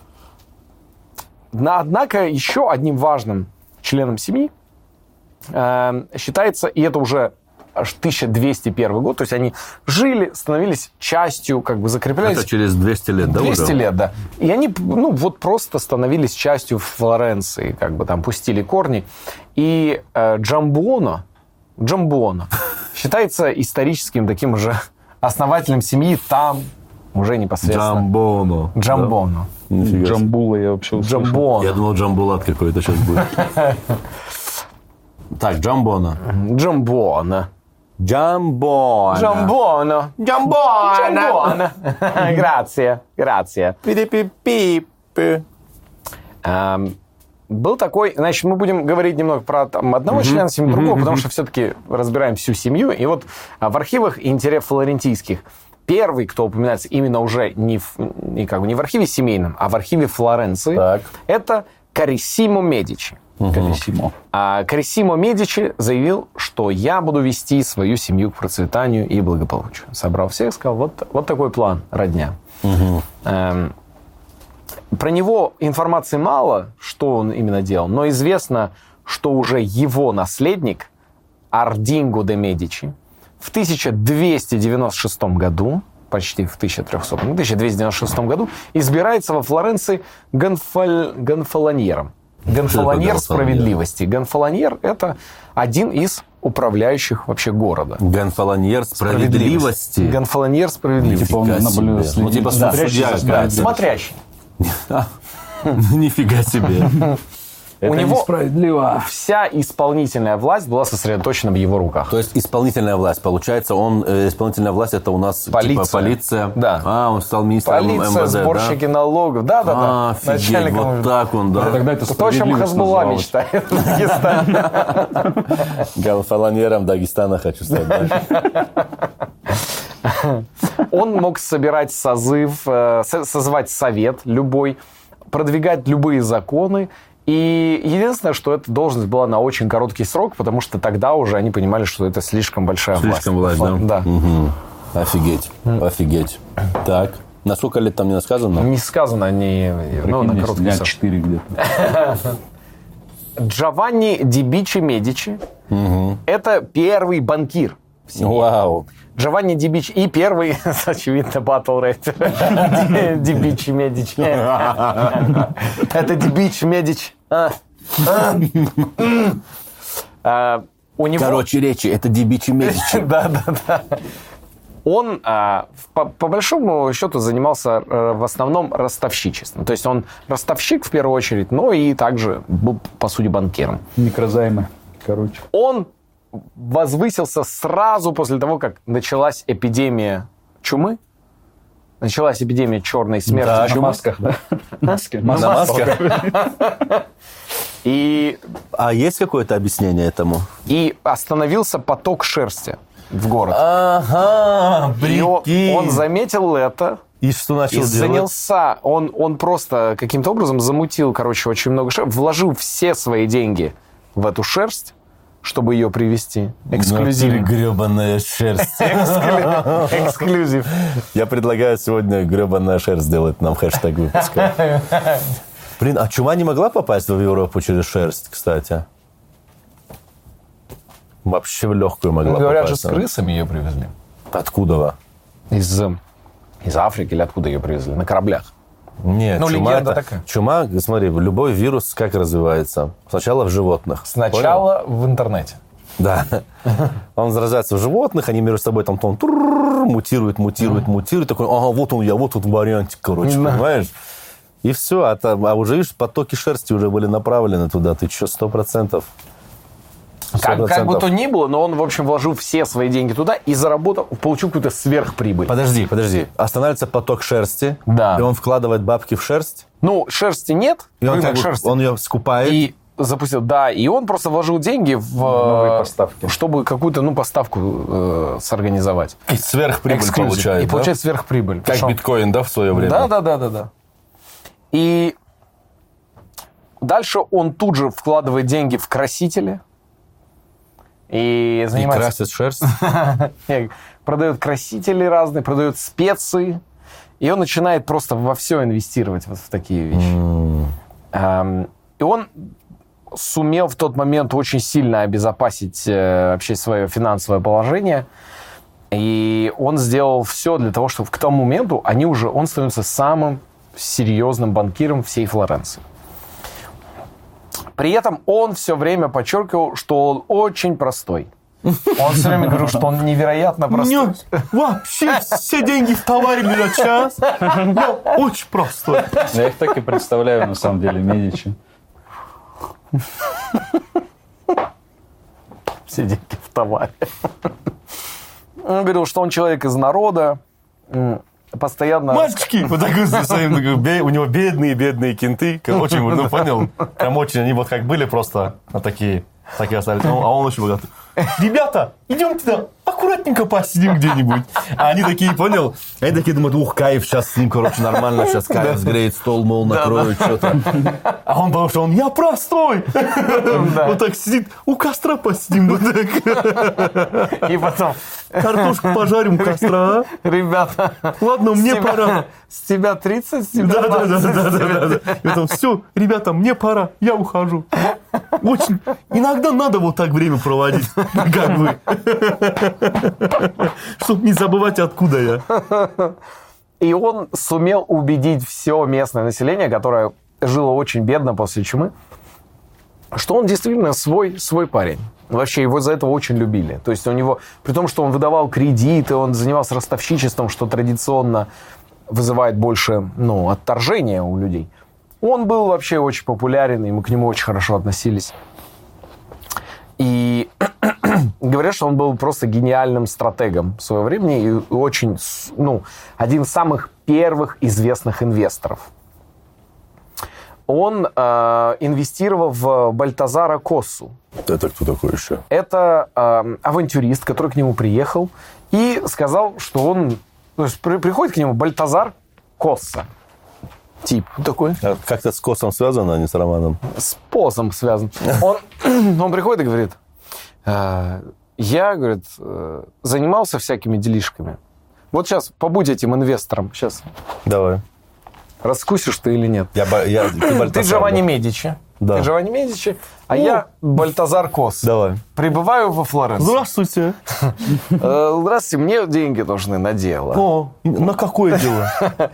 Однако еще одним важным членом семьи считается, и это уже аж 1201 год, то есть они жили, становились частью, как бы закреплялись. Это через 200 лет, да? 200 лет, да. И они, просто становились частью Флоренции, как бы там пустили корни. И Джамбуоно считается историческим таким уже основателем семьи там уже непосредственно. Джамбоно. Да? Джамбула я вообще услышал. Джамбоно. Я думал, Джамбулат какой-то сейчас будет. Так, Джамбоно. Grazie. Был такой, значит, мы будем говорить немного про одного члена семьи, другого, потому что все-таки разбираем всю семью. И вот в архивах флорентийских первый, кто упоминается именно уже не в архиве семейном, а в архиве Флоренции, это Кариссимо Медичи. Кариссимо Медичи заявил, что я буду вести свою семью к процветанию и благополучию. Собрал всех, сказал, вот такой план, родня. Про него информации мало, что он именно делал, но известно, что уже его наследник Ардинго де Медичи в 1296 году почти в 1296 году, избирается во Флоренции гонфалоньером. Гонфалоньер справедливости. Гонфалоньер – это один из управляющих вообще города. Гонфалоньер справедливости? Гонфалоньер справедливости. Типа он наблюдает. Ну, типа судья. Смотрящий. Нифига себе. У него несправедливо. вся исполнительная власть была сосредоточена в его руках. То есть исполнительная власть. Получается, исполнительная власть это у нас полиция. Типа полиция. Да. Он стал министром полиция, МВД, сборщики налогов. Да. Офигеть, вот так он, да. Тогда это То, о чем Хазбулла мечтает в Дагестане. Гонфалоньером Дагестана хочу стать. Он мог собирать созывать совет любой, продвигать любые законы. И единственное, что эта должность была на очень короткий срок, потому что тогда уже они понимали, что это слишком большая власть. Слишком власть, да? Да. Угу. Офигеть. Так, на сколько лет там не сказано? Не сказано, на короткий срок. 4 где-то. Джованни ди Бичи Медичи – это первый банкир. Вау. Джованни ди Бичи и первый, очевидно, батл-рэпер ди Бичи Медичи. Это ди Бичи Медичи. Короче речи, это ди Бичи Медичи. Да. Он, по большому счету, занимался в основном ростовщичеством. То есть он ростовщик в первую очередь, но и также был, по сути, банкиром. Микрозаймы, короче. Он возвысился сразу после того, как началась эпидемия чумы. Началась эпидемия черной смерти. Да, чумы. на масках, да? На масках. И... А есть какое-то объяснение этому? И остановился поток шерсти в город. Ага, прикинь. Он заметил это. И что начал делать? Занялся. Он просто каким-то образом замутил, очень много шерсти. Вложил все свои деньги в эту шерсть, чтобы ее привезти. Эксклюзив. Гребаная шерсть. Эксклюзив. Я предлагаю сегодня гребаная шерсть сделать нам хэштег выпуска. Блин, а чума не могла попасть в Европу через шерсть, кстати? Вообще в легкую могла попасть. Говорят же, с крысами ее привезли. Откуда? Из Африки или откуда ее привезли? На кораблях. Нет, легенда такая. Чума, смотри, любой вирус как развивается? Сначала в животных. Сначала в интернете. Да. Он заражается в животных, они между собой там мутируют. Такой, вот он я, вот тут вариантик, понимаешь? И все. А уже, видишь, потоки шерсти уже были направлены туда. Ты что, 100%? Как бы то ни было, но он, в общем, вложил все свои деньги туда и заработал, получил какую-то сверхприбыль. Подожди. Останавливается поток шерсти, да. И он вкладывает бабки в шерсть? Ну, шерсти нет. И он ее скупает? И запустил, да. И он просто вложил деньги в новые поставки, чтобы какую-то поставку сорганизовать. И сверхприбыль получает, И получает сверхприбыль. Как биткоин, да, в свое время? Да. И дальше он тут же вкладывает деньги в красители. И занимается... красит шерсть? Продает красители разные, продает специи. И он начинает просто во все инвестировать вот в такие вещи. И он сумел в тот момент очень сильно обезопасить вообще свое финансовое положение. И он сделал все для того, чтобы к тому моменту он становится самым серьезным банкиром всей Флоренции. При этом он все время подчеркивал, что он очень простой. Он все время говорил, что он невероятно простой. Нет, вообще все деньги в товаре на час. Я очень простой. Я их так и представляю, на самом деле, Медичи. Все деньги в товаре. Он говорил, что он человек из народа, постоянно... Мальчики! Вот так своим, у него бедные кенты. Очень, понял? Прям очень, они вот как были просто такие остались. А он очень богатый. Ребята, идем туда, аккуратненько посидим где-нибудь. А они такие, понял? Они такие думают, кайф, сейчас с ним, нормально, сейчас кайф сгреет, стол, мол, накроют, что-то. А он, потому что я простой. Вот так сидит, у костра посидим. Вот так. И потом... Картошку пожарим у костра. Ребята, ладно, мне пора. С тебя 30, с тебя 20. Да. И потом, все, ребята, мне пора, я ухожу. Очень. Иногда надо вот так время проводить, как бы. Чтобы не забывать, откуда я. И он сумел убедить все местное население, которое жило очень бедно после чумы, что он действительно свой парень. Вообще его за этого очень любили. То есть у него, при том, что он выдавал кредиты, он занимался ростовщичеством, что традиционно вызывает больше, отторжения у людей. Он был вообще очень популярен, и мы к нему очень хорошо относились. И говорят, что он был просто гениальным стратегом в свое время и очень, один из самых первых известных инвесторов. Он инвестировал в Бальтазара Коссу. Это кто такой еще? Это авантюрист, который к нему приехал и сказал, что он... То есть приходит к нему Бальтазар Косса. Тип такой. А как-то с Косом связано, а не с Романом? С Позом связан. Он приходит и говорит, я, говорит, занимался всякими делишками. Вот сейчас побудь этим инвестором. Сейчас. Давай. Раскусишь ты или нет. Ты Джованни Медичи. Да. Ты Джованни Медичи, а я Бальтазар Кос. Давай. Прибываю во Флоренцию. Здравствуйте. Здравствуйте, мне деньги нужны на дело. О, на какое дело?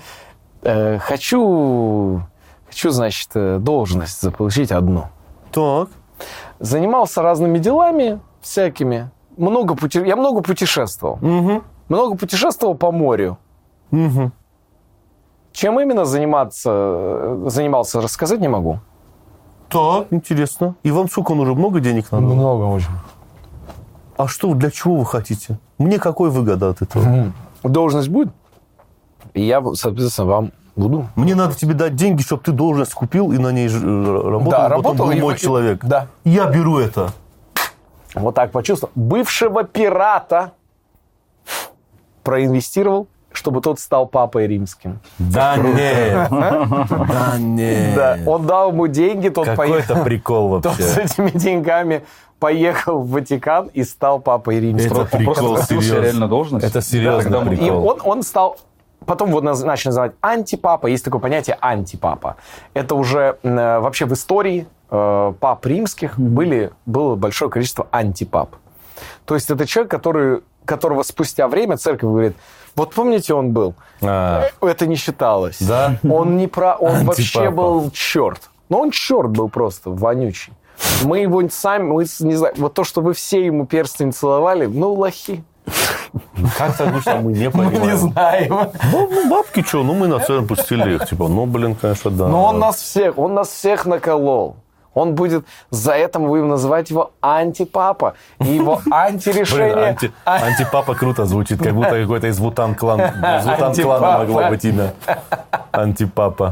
Хочу, значит, должность заполучить одну. Так. Занимался разными делами всякими. Я много путешествовал. Угу. Много путешествовал по морю. Угу. Чем именно занимался, рассказать не могу. Так, интересно. И вам сколько нужно? Много денег надо? Много очень. А что, для чего вы хотите? Мне какой выгода от этого? Должность будет? И я, соответственно, вам буду. Мне надо тебе дать деньги, чтобы ты должность купил и на ней работал. Да, работал был и мой человек. Да. Я беру это. Вот так почувствовал. Бывшего пирата проинвестировал, чтобы тот стал папой римским. Да нет. Да нет. Да. Он дал ему деньги, тот поехал. Какой-то прикол вообще. Тот с этими деньгами поехал в Ватикан и стал папой римским. Это прикол, серьезно. Реально должность? Это серьезно прикол. И он стал... Потом вот начали называть антипапа. Есть такое понятие антипапа. Это уже вообще в истории пап римских было большое количество антипап. То есть это человек, которого спустя время церковь говорит, вот помните, он был? Это не считалось. Да? Он вообще был черт. Но он черт был просто, вонючий. Мы его сами, не знаю, вот то, что вы все ему перстень целовали, лохи. Как так, что мы не понимаем? Мы не знаем. Бабки что, мы на цену пустили их. Типа, конечно, да. Но он нас всех наколол. Он будет, за это мы будем называть его антипапа. И его антирешение... Антипапа круто звучит, как будто какой-то из Вутан-клана могло быть имя. Антипапа.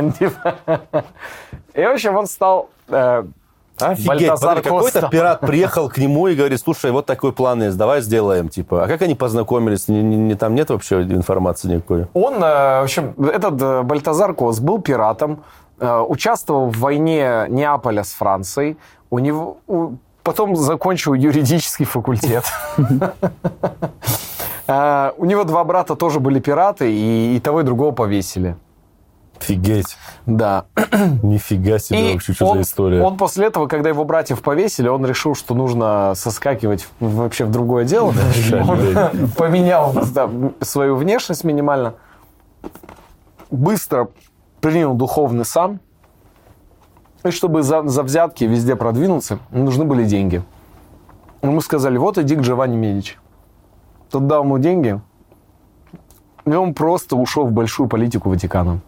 И, в общем, он стал... Офигеть, какой-то пират приехал к нему и говорит, слушай, вот такой план есть, давай сделаем, типа. А как они познакомились? Там нет вообще информации никакой? Он, в общем, этот Бальтазар Кос был пиратом, участвовал в войне Неаполя с Францией, потом закончил юридический факультет. У него 2 брата тоже были пираты, и того и другого повесили. Офигеть. Да. Нифига себе, вообще, что за история. Он после этого, когда его братьев повесили, он решил, что нужно соскакивать вообще в другое дело. Он поменял свою внешность минимально. Быстро принял духовный сан. И чтобы за взятки везде продвинуться, нужны были деньги. Ему сказали, вот иди к Джованни Медичи. Тот дал ему деньги, и он просто ушел в большую политику Ватикана.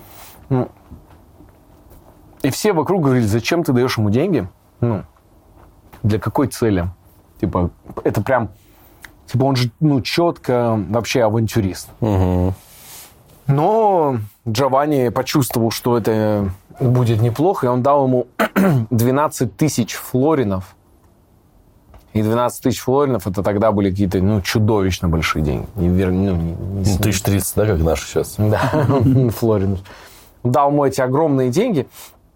И все вокруг говорили, зачем ты даешь ему деньги? Для какой цели? Типа, это прям... Типа, он же, четко вообще авантюрист. Угу. Но Джованни почувствовал, что это будет неплохо, и он дал ему 12 тысяч флоринов. И 12 тысяч флоринов, это тогда были какие-то, чудовищно большие деньги. 1030, да, как наши сейчас? Да, флоринов. Дал ему эти огромные деньги,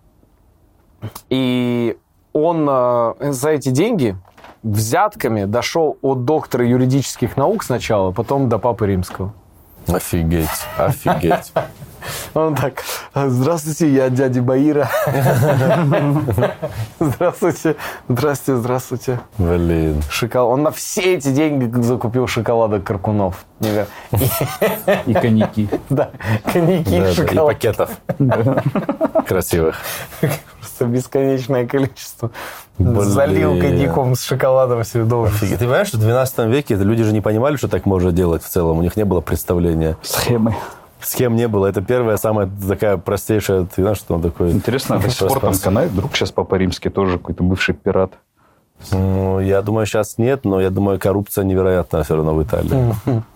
и он за эти деньги взятками дошел от доктора юридических наук сначала, потом до Папы Римского. Офигеть. Он так, здравствуйте, я дядя Баира. Здравствуйте, здравствуйте. Блин. Он на все эти деньги закупил шоколада Каркунов. И коньяки. Да, коньяки и И шоколад. пакетов красивых. Просто бесконечное количество. Блин. Залил коньяком с шоколадом себе дома. Ты понимаешь, что в 12 веке люди же не понимали, что так можно делать в целом. У них не было представления. Схемы. Схем не было. Это первая, самая такая простейшая... Ты знаешь, что он такой... Интересно, до сих пор там канает? Вдруг сейчас Папа Римский тоже какой-то бывший пират? Ну, я думаю, сейчас нет, но я думаю, коррупция невероятная все равно в Италии.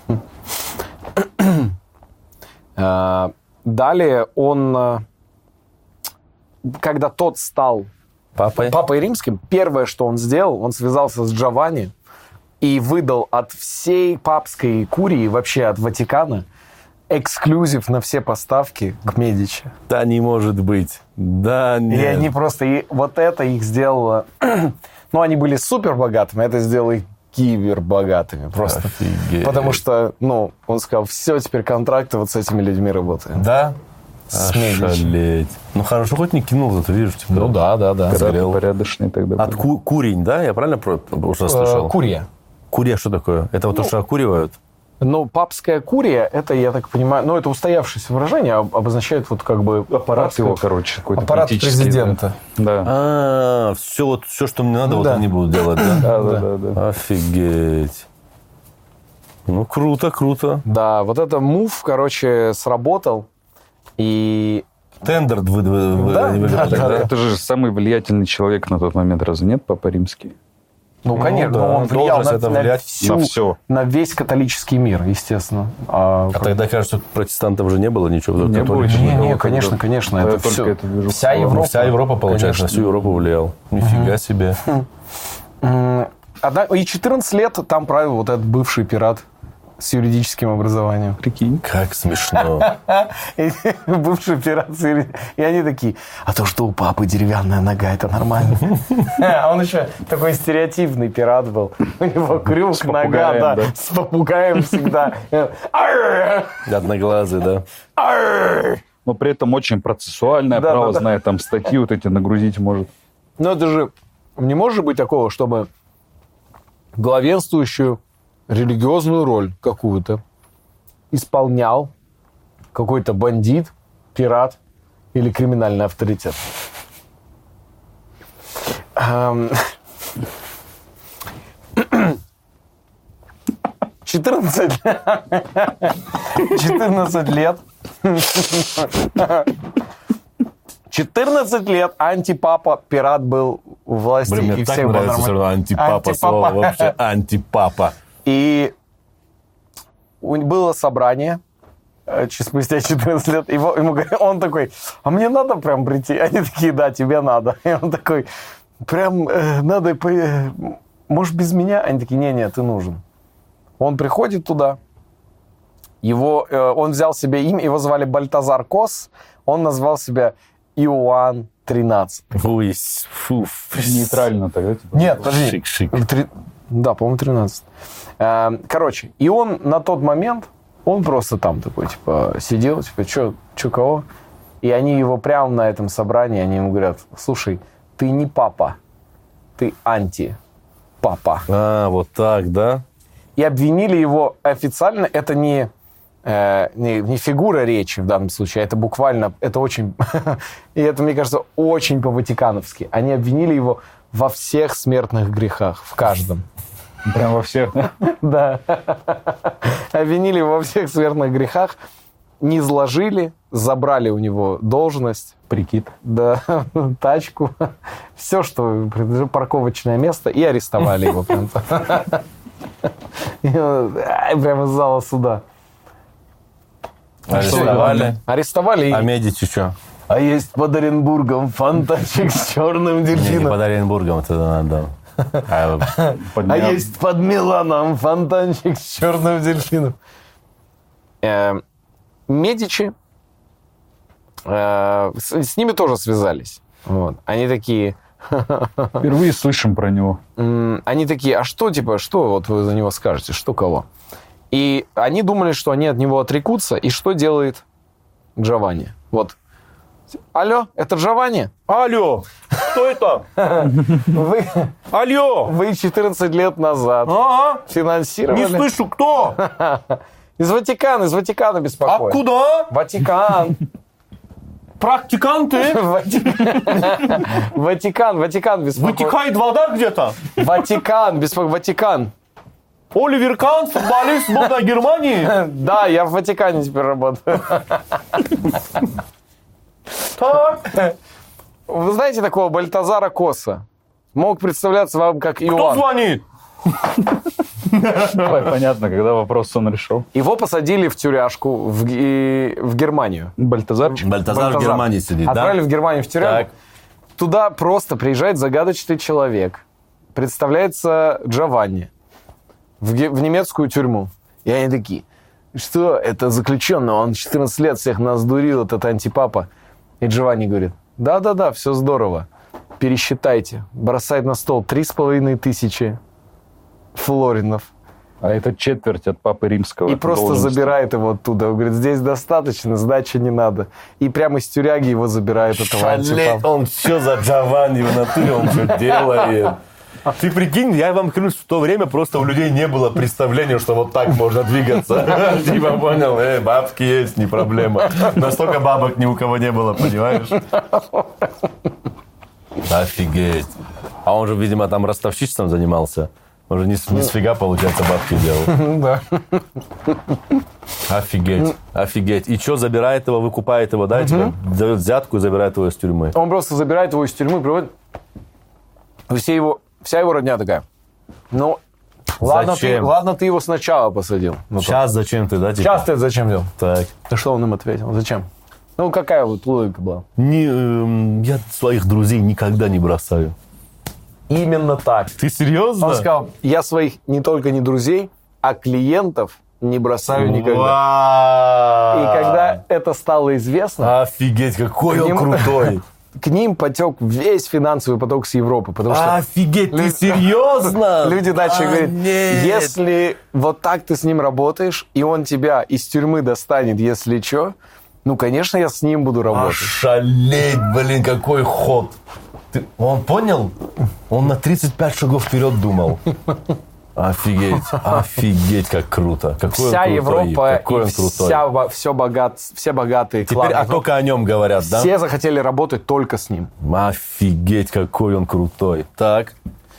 Далее он, когда тот стал Папой Римским, первое, что он сделал, он связался с Джованни и выдал от всей папской курии, вообще от Ватикана, эксклюзив на все поставки к Медичи. Да не может быть. Да нет. И они просто... И вот это их сделало... Ну, они были супер богатыми, это сделало их кибербогатыми просто. Офигеть. Потому что, он сказал, все, теперь контракты вот с этими людьми работаем. Да? С Медичи. Ошалеть. Ну, хорошо, хоть не кинул, зато вижу, типа... Ну, да. Когда порядочный тогда. От курень, да? Я правильно уже слышал? Курия. Курия что такое? Это вот то, что окуривают? Ну, папская курия, это, я так понимаю, это устоявшееся выражение, обозначает вот как бы... Аппарат его, короче, какой-то аппарат политический. президента. Да. Все, что мне надо, вот Да. они будут делать, да? Да. Офигеть. Ну, круто. Да, вот это мув, сработал, и... Тендер Да, выиграли, да. да? Это же самый влиятельный человек на тот момент, разве нет, Папа Римский? Ну, конечно, да, он влиял должность это на влиять всю, на всё. на весь католический мир, естественно. А тогда, кажется, протестантов же не было ничего. Не было. католиков. Не, конечно, это только все. эту движуху. Вся Европа. Вся Европа, получается, на всю Европу влиял. Нифига себе. И 14 лет там правил вот этот бывший пират с юридическим образованием. Прикинь. Как смешно. И бывший пират с юридическим... И они такие, а то, что у папы деревянная нога, это нормально. А он еще такой стереотипный пират был. У него крюк, нога, да, с попугаем всегда. Одноглазый, да. Но при этом очень процессуальное право знает, там статьи вот эти нагрузить может. Но это же не может быть такого, чтобы главенствующую религиозную роль какую-то исполнял какой-то бандит, пират или криминальный авторитет. 14 лет. 14 лет антипапа пират был у власти. Блин, мне и так всех было нравится все равно нормально. антипапа слово. Вообще антипапа. И было собрание спустя 14 лет. Ему говорят, он такой, а мне надо прям прийти? Они такие, да, тебе надо. И он такой, прям надо, может, без меня? Они такие, не, ты нужен. Он приходит туда, он взял себе имя, его звали Бальтазар Кос, он назвал себя Иоанн 13. Ой, фу. Нейтрально тогда. Типа. Нет, подожди. Шик. Да, по-моему, 13. Короче, и он на тот момент, он просто там такой, типа, сидел, типа, чё кого? И они его прямо на этом собрании, они ему говорят, слушай, ты не папа, ты антипапа. Вот так, да? И обвинили его официально, это не фигура речи в данном случае, это буквально, это очень, и это, мне кажется, очень по-ватикановски. Они обвинили его во всех смертных грехах, в каждом. Прям во всех. Да. Обвинили его во всех смертных грехах, низложили, забрали у него должность. Прикид. Да, тачку, все, что парковочное место, и арестовали его прям. Прямо из зала суда. Арестовали. Арестовали. А Медичи что? А есть под Оренбургом фонтанчик с черным Не дельфином. под Оренбургом, это надо. А есть под Миланом фонтанчик с черным дельфином. Медичи с ними тоже связались. Вот. Они такие... Впервые слышим про него. Они такие, а что, типа, что вот вы за него скажете, что кого? И они думали, что они от него отрекутся, и что делает Джованни. Вот. Алло, это Джованни? Алло, кто это? Алло! Вы 14 лет назад финансировали... Не слышу, кто? Из Ватикана беспокоит. Откуда? Ватикан. Практиканты? Ватикан беспокоит. Вытекает вода где-то? Ватикан. Оливер Кан, футболист сборной Германии? Да, я в Ватикане теперь работаю. Так. Вы знаете такого Бальтазара Коса? Мог представляться вам как Кто Иоанн. звонит? Ой, понятно, когда вопрос он решил. Его посадили в тюряшку в Германию. Бальтазарчик? Бальтазар в Германии сидит, Отправили да? в Германию в тюрягу. Так. Туда просто приезжает загадочный человек. Представляется Джованни в немецкую тюрьму. И они такие, что это заключенный, он 14 лет всех нас дурил, этот антипапа. И Джованни говорит, да-да-да, все здорово. Пересчитайте. Бросает на стол 3500 флоринов. А это четверть от Папы Римского. И просто забирает его оттуда. Он говорит, здесь достаточно, сдачи не надо. И прямо из тюряги его забирает этого антипапа. Он что за Джованни в натуре, он что делает? Ты прикинь, я вам клянусь, в то время просто у людей не было представления, что вот так можно двигаться. Типа понял, бабки есть, не проблема. Настолько бабок ни у кого не было, понимаешь? Офигеть. А он же, видимо, там ростовщичеством занимался. Он же не с фига, получается, бабки делал. Да. Офигеть, офигеть. И что, забирает его, выкупает его, да? Типа, дает взятку и забирает его из тюрьмы. Он просто забирает его из тюрьмы, приводит... Вся его родня такая. Ну, ладно ты его сначала посадил. Сейчас зачем ты, да? Типа? Сейчас ты это зачем делал? Так. Да что он им ответил? Зачем? Ну, какая вот логика была? Я своих друзей никогда не бросаю. Именно так. Ты серьезно? Он сказал, я своих не только не друзей, а клиентов не бросаю никогда. И когда это стало известно... Офигеть, какой он крутой. К ним потек весь финансовый поток с Европы. Потому что офигеть, ты серьезно? Люди начали говорить, если вот так ты с ним работаешь, и он тебя из тюрьмы достанет, если что, ну, конечно, я с ним буду работать. Ошалеть, блин, какой ход. Он понял? Он на 35 шагов вперед думал. Офигеть, офигеть, как круто. Какой вся он крутой, Европа какой и он крутой. все богатые Теперь кланы. только о нем говорят, да? Все захотели работать только с ним. Офигеть, какой он крутой. Так.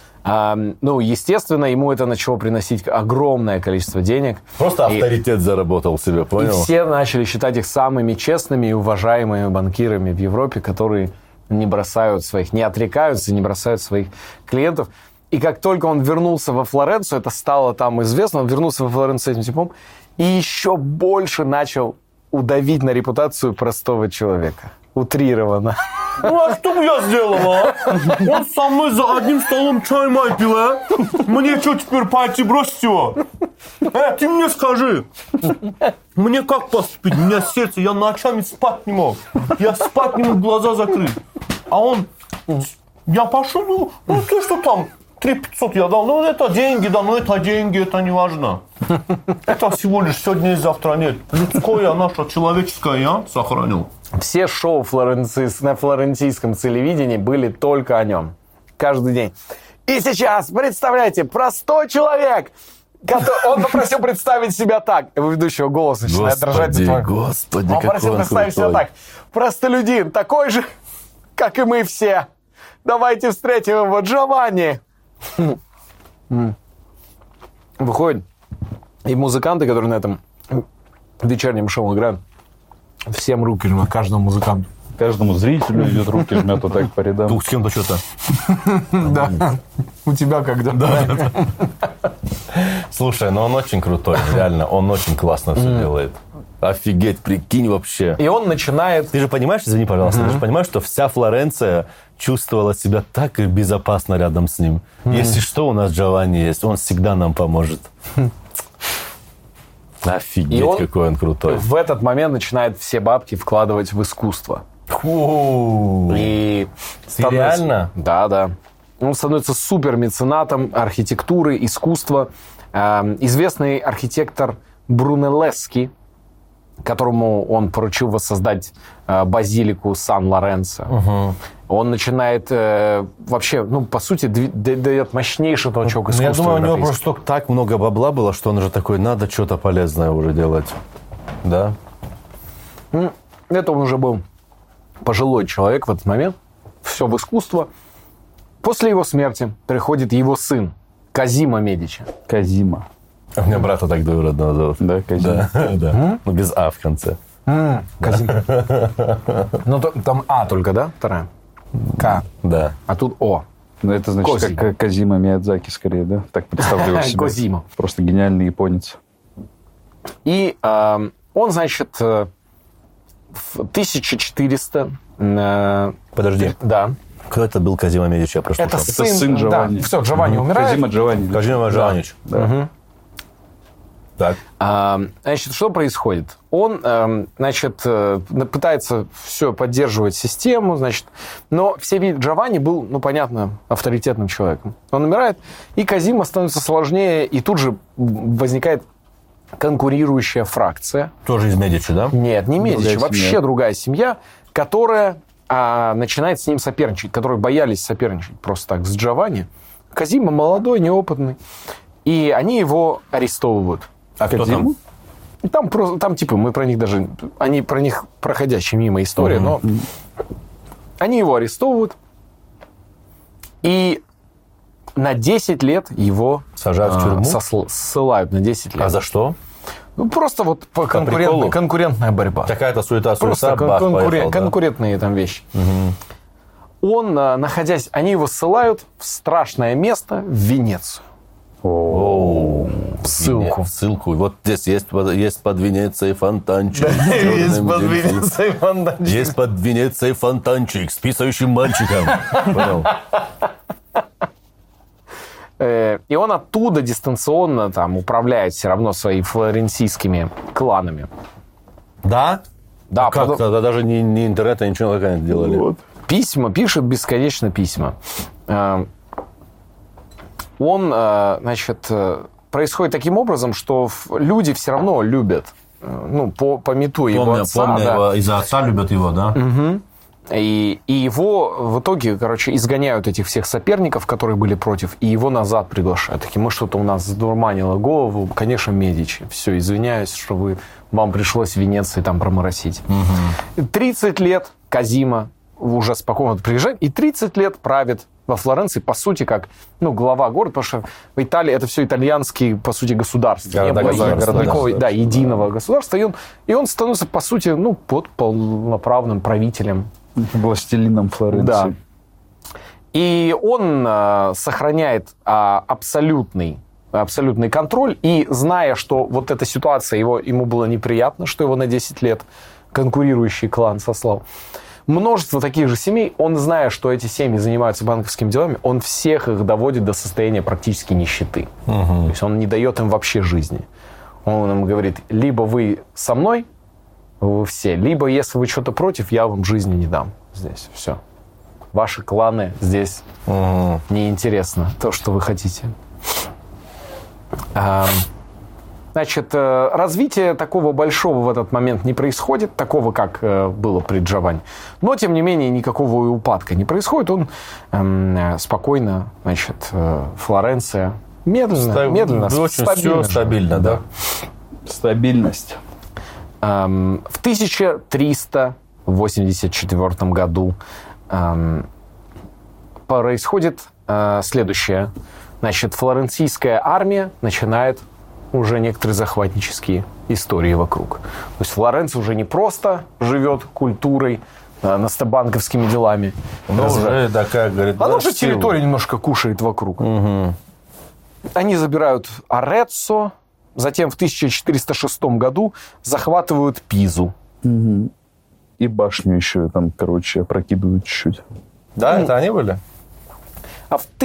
Ну, естественно, ему это начало приносить огромное количество денег. Просто авторитет заработал себе, понял? И все начали считать их самыми честными и уважаемыми банкирами в Европе, которые не бросают своих, не отрекаются, не бросают своих клиентов. И как только он вернулся во Флоренцию, это стало там известно, он вернулся во Флоренцию с этим типом и еще больше начал удавить на репутацию простого человека. Утрированно. Ну, а что бы я сделал, а? Он со мной за одним столом чай май пил, а? Мне что теперь пойти бросить его? Ты мне скажи. Мне как поступить? У меня сердце, я ночами спать не мог. Я спать не мог, глаза закрыть. А он... Я пошел, ну ты что там? 3500 я дал, ну это деньги, да, ну это деньги, это не важно. Это всего лишь сегодня и завтра нет. Людское, наше человеческое я сохранил. Все шоу на флорентийском телевидении были только о нем. Каждый день. И сейчас, представляете, простой человек. Он попросил представить себя так. Его ведущего голос начинает дрожать. Господи, он попросил представить себя так. Простолюдин, такой же, как и мы все. Давайте встретим его, Джованни. Выходит, и музыканты, которые на этом вечернем шоу играют, всем руки жмет, каждому музыканту. Каждому зрителю идет руки жмет вот так по рядам. Тут с кем-то что-то. Да. У тебя когда? Да. Слушай, ну он очень крутой, реально, он очень классно все делает. Офигеть, прикинь вообще. И он начинает... Ты же понимаешь, извини, пожалуйста, ты же понимаешь, что вся Флоренция чувствовала себя так и безопасно рядом с ним. Если что, у нас Джованни есть, он всегда нам поможет. Офигеть, какой он крутой. В этот момент начинает все бабки вкладывать в искусство. И реально? Да. Он становится супер меценатом архитектуры, искусства. Известный архитектор Брунеллески которому он поручил воссоздать базилику Сан-Лоренцо. Он начинает вообще, по сути, дает мощнейший толчок искусству. Я думаю, у него просто так много бабла было, что он уже такой, надо что-то полезное уже делать. Да? Это он уже был пожилой человек в этот момент. Все в искусство. После его смерти приходит его сын Козимо Медичи. Козимо. У меня брата так двоюродного зовут. Да, Козимо. Да. Ну, без А в конце. Козимо. Ну, там А только, да? Вторая? К. Да. А тут О. Ну, это значит, Козимо. как Козимо Миядзаки, скорее, да? Так представляю себе. Козимо. Просто гениальный японец. И он, значит, в 1400... Подожди. Да. Кто это был Козимо Медичи? Я прослушал. Это сын Джованни. Да, все, Джованни умирает. Козимо Джованни. Козимо Джованнич. Да. Так. Значит, что происходит? Он, значит, пытается все поддерживать систему, значит, но все видят, Джованни был, понятно, авторитетным человеком. Он умирает, и Козимо становится сложнее, и тут же возникает конкурирующая фракция. Тоже из Медичи, да? Нет, не Медичи, Другая вообще семья. другая семья, которая начинает с ним соперничать, которые боялись соперничать просто так с Джованни. Козимо молодой, неопытный, и они его арестовывают. А кто там? Там просто, типа, мы про них даже... Они про них проходящая мимо история, но они его арестовывают, и на 10 лет его... Сажают в тюрьму? Ссылают на 10 лет. А за что? Просто вот приколу? конкурентная борьба. Какая-то суета, Просто бах, поехал, да? конкурентные там вещи. Он, находясь... Они его ссылают в страшное место, в Венецию. В ссылку. В ссылку. Вот здесь есть под Венецией фонтанчик. Есть под Венецией фонтанчик. Есть под Венецией фонтанчик с писающим мальчиком. Понял? И он оттуда дистанционно там управляет все равно своими флоренцийскими кланами. Да? Да, Как? Тогда даже ни интернета, ничего такого не делали. Вот. Письма, пишет бесконечно письма. Он, значит, происходит таким образом, что люди все равно любят, пометуя его отца. Помня его, из-за отца любят его, да? И его в итоге, изгоняют этих всех соперников, которые были против, и его назад приглашают. Такие, что-то у нас задурманило голову, конечно, Медичи. Все, извиняюсь, что вам пришлось в Венеции там проморосить. 30 лет Козимо уже спокойно приезжает, и 30 лет правит во Флоренции, по сути, как глава города, потому что в Италии это все итальянские, по сути, государства. Не было никакого единого государства. И он становится, по сути, под полноправным правителем. Властелином Флоренции. Да. И он сохраняет абсолютный контроль. И зная, что вот эта ситуация ему было неприятно, что его на 10 лет конкурирующий клан сослал, множество таких же семей, он, зная, что эти семьи занимаются банковскими делами, он всех их доводит до состояния практически нищеты. То есть он не дает им вообще жизни. Он им говорит, либо вы со мной, вы все, либо если вы что-то против, я вам жизни не дам здесь. Все. Ваши кланы здесь неинтересно, то, что вы хотите. Значит, развитие такого большого в этот момент не происходит, такого, как было при Джованни. Но, тем не менее, никакого упадка не происходит. Он спокойно, значит, Флоренция, медленно, очень стабильно, да. Стабильность. В 1384 году происходит следующее. Значит, флоренцийская армия начинает уже некоторые захватнические истории вокруг. То есть Флоренция уже не просто живет культурой, банковскими делами. Но уже такая, говорит, она уже территорию немножко кушает вокруг. Они забирают Ареццо, затем в 1406 году захватывают Пизу. И башню еще там, опрокидывают чуть-чуть. Да, это они были? А в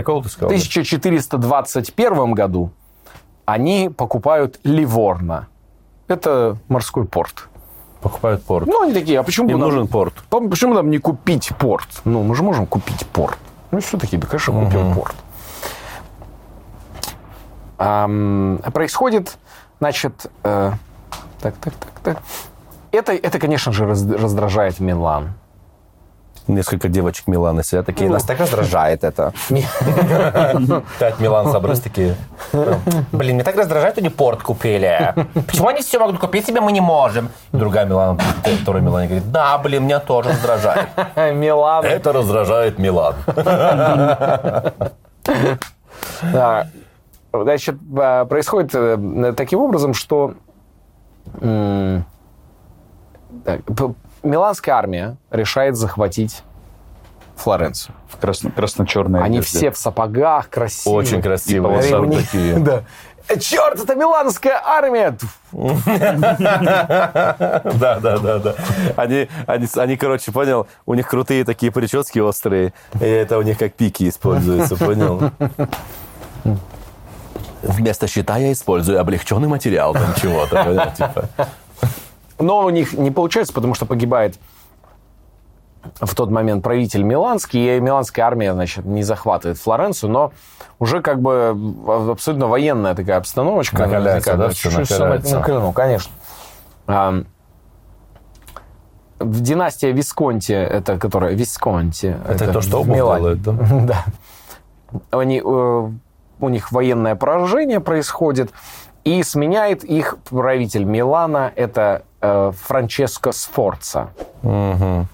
1421 году они покупают Ливорно. Это морской порт. Покупают порт. Они такие, а почему им нужен порт? Почему нам не купить порт? Мы же можем купить порт. Что такие? Да, конечно, купим порт. Происходит, значит, Это, конечно же, раздражает Милан. Несколько девочек Милана сидят такие, нас так раздражает это. 5 Милан собрались такие. Блин, меня так раздражает, они порт купили. Почему они все могут купить, себе мы не можем? И другая Милана, которая Милане говорит, да, блин, меня тоже раздражает. Милан. Это раздражает Милан. Значит, происходит таким образом, что миланская армия решает захватить Флоренцию. В красно-черной Они одежде. все в сапогах, красивые. Очень красивые. Такие. Да. Черт, это миланская армия! Да. Они, короче, понял, у них крутые такие прически острые, и это у них как пики используются, понял? Вместо щита я использую облегченный материал, там чего-то, понял, типа... Но у них не получается, потому что погибает в тот момент правитель миланский, и миланская армия, значит, не захватывает Флоренцию, но уже как бы абсолютно военная такая обстановочка. Накаляется, да, все накаляется. Ну, конечно. В династии Висконти, это которая Висконти. Это то, что оба делают, да? Да. У них военное поражение происходит, и сменяет их правитель Милана, это Франческо Сфорца. Угу.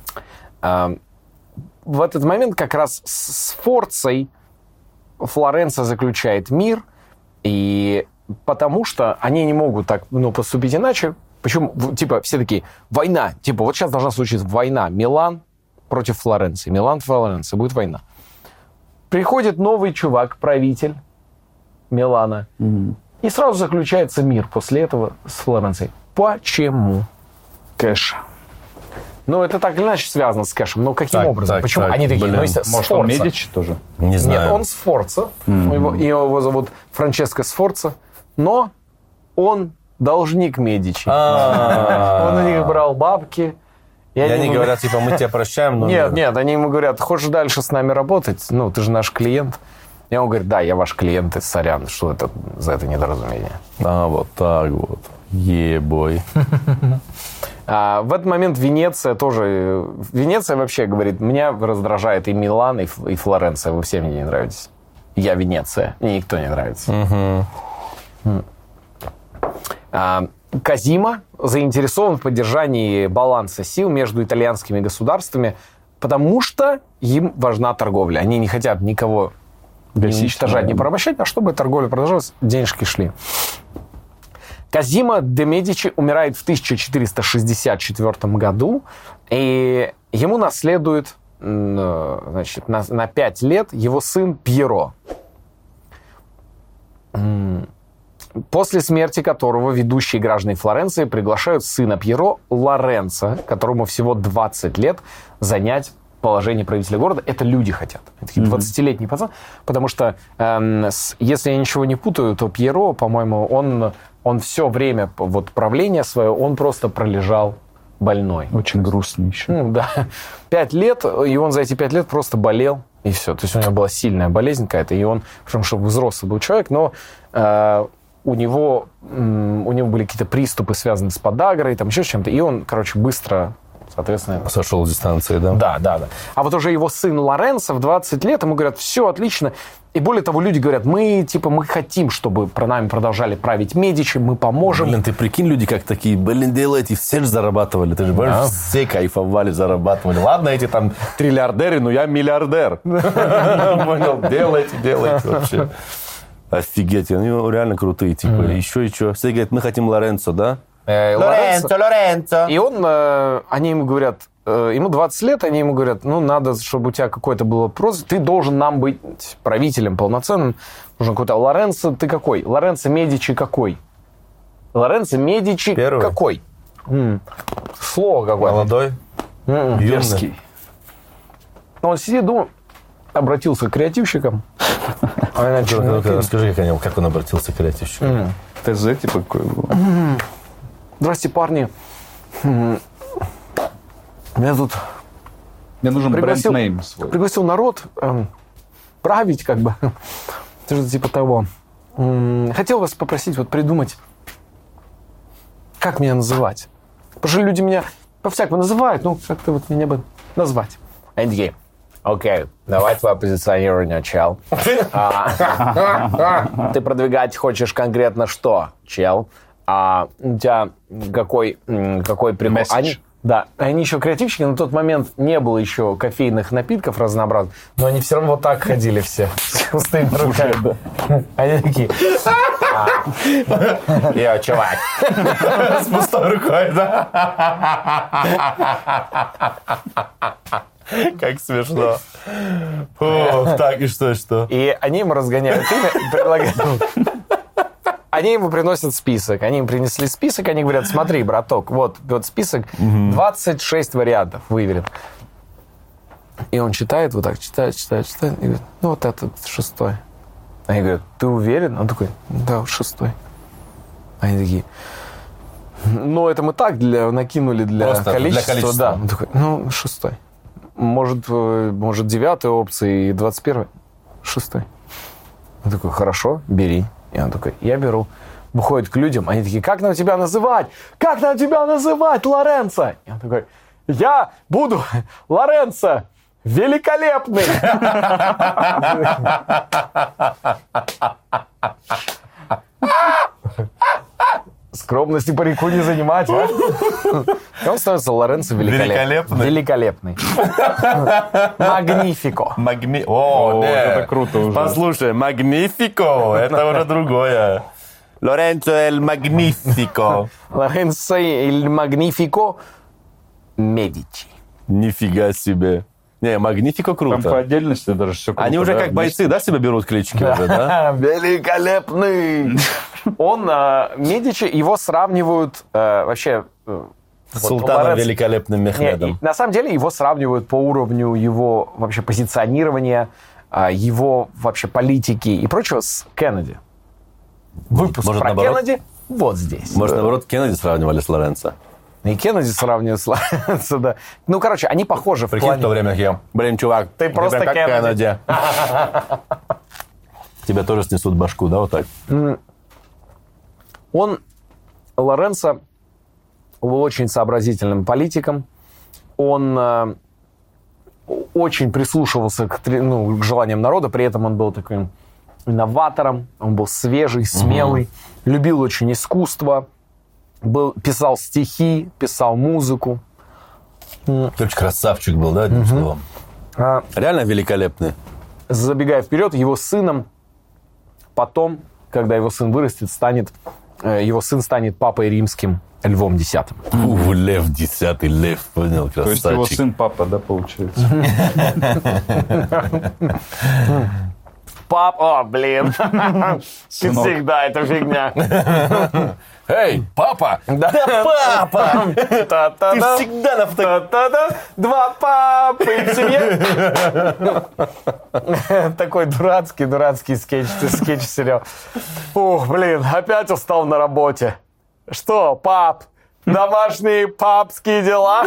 В этот момент как раз с Сфорцей Флоренция заключает мир, и потому что они не могут так поступить иначе. Почему? Типа, все такие, война. Типа, вот сейчас должна случиться война. Милан против Флоренции. Милан, Флоренция. Будет война. Приходит новый чувак, правитель Милана, и сразу заключается мир после этого с Флоренцией. Почему? Кэш. Ну, это так или иначе связано с кэшем. Но каким образом? Почему? Они такие, может, он Медичи тоже? Не знаю. Нет, он Сфорца. Его зовут Франческо Сфорца. Но он должник Медичи. Он у них брал бабки. И они говорят, типа, мы тебя прощаем, но... Нет, они ему говорят, хочешь дальше с нами работать? Ну, ты же наш клиент. И он говорит, да, я ваш клиент, и сорян, что это за это недоразумение. Вот так вот. Ебой. В этот момент Венеция тоже... Венеция вообще говорит, меня раздражает и Милан, и Флоренция. Вы все мне не нравитесь. Я Венеция. Мне никто не нравится. Козимо заинтересован в поддержании баланса сил между итальянскими государствами, потому что им важна торговля. Они не хотят никого не уничтожать, не порабощать, а чтобы торговля продолжалась, денежки шли. Козимо де Медичи умирает в 1464 году, и ему наследует, значит, на 5 лет его сын Пьеро, после смерти которого ведущие граждане Флоренции приглашают сына Пьеро, Лоренцо, которому всего 20 лет, занять положение правителя города. Это люди хотят. Такие 20-летний пацан. Потому что, если я ничего не путаю, то Пьеро, по-моему, он все время правления свое, он просто пролежал больной. Очень грустный еще. Да. 5 лет, и он за эти 5 лет просто болел, и все. То есть у него была сильная болезнь какая-то, и он, потому что взрослый был человек, но у него были какие-то приступы, связанные с подагрой, там еще с чем-то, и он, короче, быстро... Соответственно... Сошел с дистанции, да? Да. А вот уже его сын Лоренцо в 20 лет, ему говорят, все отлично. И более того, люди говорят, мы хотим, чтобы про нами продолжали править Медичи, мы поможем. Блин, ты прикинь, люди как такие, делайте, все же зарабатывали. Ты же понимаешь, все кайфовали, зарабатывали. Ладно, эти там триллиардеры, но я миллиардер. Понял, делайте вообще. Офигеть, они реально крутые, типа, еще и что. Все говорят, мы хотим Лоренцо, да? Лоренцо. И они ему говорят, ему 20 лет, они ему говорят, надо, чтобы у тебя какое-то было прозвище, ты должен нам быть правителем полноценным. Нужен какой-то Лоренцо, ты какой? Лоренцо Медичи какой? Лоренцо Медичи Первый. Какой? Слово какое-то. Молодой? Дерзкий. Он сидит, думает, обратился к креативщикам. Расскажи, как он обратился к креативщикам. ТЗ типа какой был? Здрасте, парни. Меня тут... Мне нужен бренд-нейм свой. Пригласил народ править, как бы. Что-то типа того. Хотел вас попросить придумать как меня называть? Потому что люди меня по-всякому называют, ну, как-то вот меня бы назвать. Они такие, окей, давай твое позиционирование, чел. Ты продвигать хочешь конкретно что, чел? У тебя какой прикол? Они еще креативщики, на тот момент не было еще кофейных напитков разнообразных, но они все равно вот так ходили все, с пустыми руками. Они такие... Йо, чувак. С пустой рукой, да? Как смешно. Так, и что? И они ему разгоняют имя, предлагают... Они ему приносят список. Они им принесли список, они говорят, смотри, браток, вот список, 26 вариантов выверен. И он читает, вот так, читает, и говорит, ну вот этот 6-й. Они говорят, ты уверен? Он такой, да, 6-й. Они такие, ну это мы так накинули для количества. Да. Он такой, ну 6-й. Может 9-й опции и 21-й? 6-й. Он такой, хорошо, бери. И он такой, я беру. Выходит к людям, они такие, как нам тебя называть? Как нам тебя называть, Лоренцо? И он такой, я буду Лоренцо Великолепный. Скромности парику не занимать, а? И он становится Лоренцо Великолепный. Великолепный. Магнифико. О, это круто уже. Послушай, Магнифико, это уже другое. Лоренцо эль Магнифико. Лоренцо эль Магнифико Медичи. Нифига себе. Не, Магнифико круто. Там по отдельности даже все круто. Они уже как бойцы, да, себе берут клички уже, да? Великолепный. Он, Медичи, его сравнивают вообще... С султаном Великолепным Мехмедом. На самом деле его сравнивают по уровню его вообще позиционирования, его вообще политики и прочего с Кеннеди. Выпуск может, про наоборот? Кеннеди вот здесь. Может, наоборот, Кеннеди сравнивали с Лоренцо? И Кеннеди сравнивают с Лоренцо, да. Ну, короче, они похожи в плане... Прикинь, в то время я, блин, чувак, ты просто как Кеннеди. Тебя тоже снесут башку, да, вот так? Лоренцо был очень сообразительным политиком. Он очень прислушивался к желаниям народа, при этом он был таким инноватором, он был свежий, смелый, любил очень искусство, писал стихи, писал музыку. Короче, красавчик был, да, одним словом? Реально великолепный. Забегая вперед, его сыном потом, когда его сын вырастет, его сын станет папой римским Львом X. Лев X, Лев, понял, красавчик. То есть его сын папа, да, получается? Папа, блин. Всегда эта фигня. Эй, папа! Да, папа! Ты всегда на фото. Два папы в семье. Такой дурацкий скетч-сериал. Ух, блин, опять устал на работе. Что, пап? Домашние папские дела?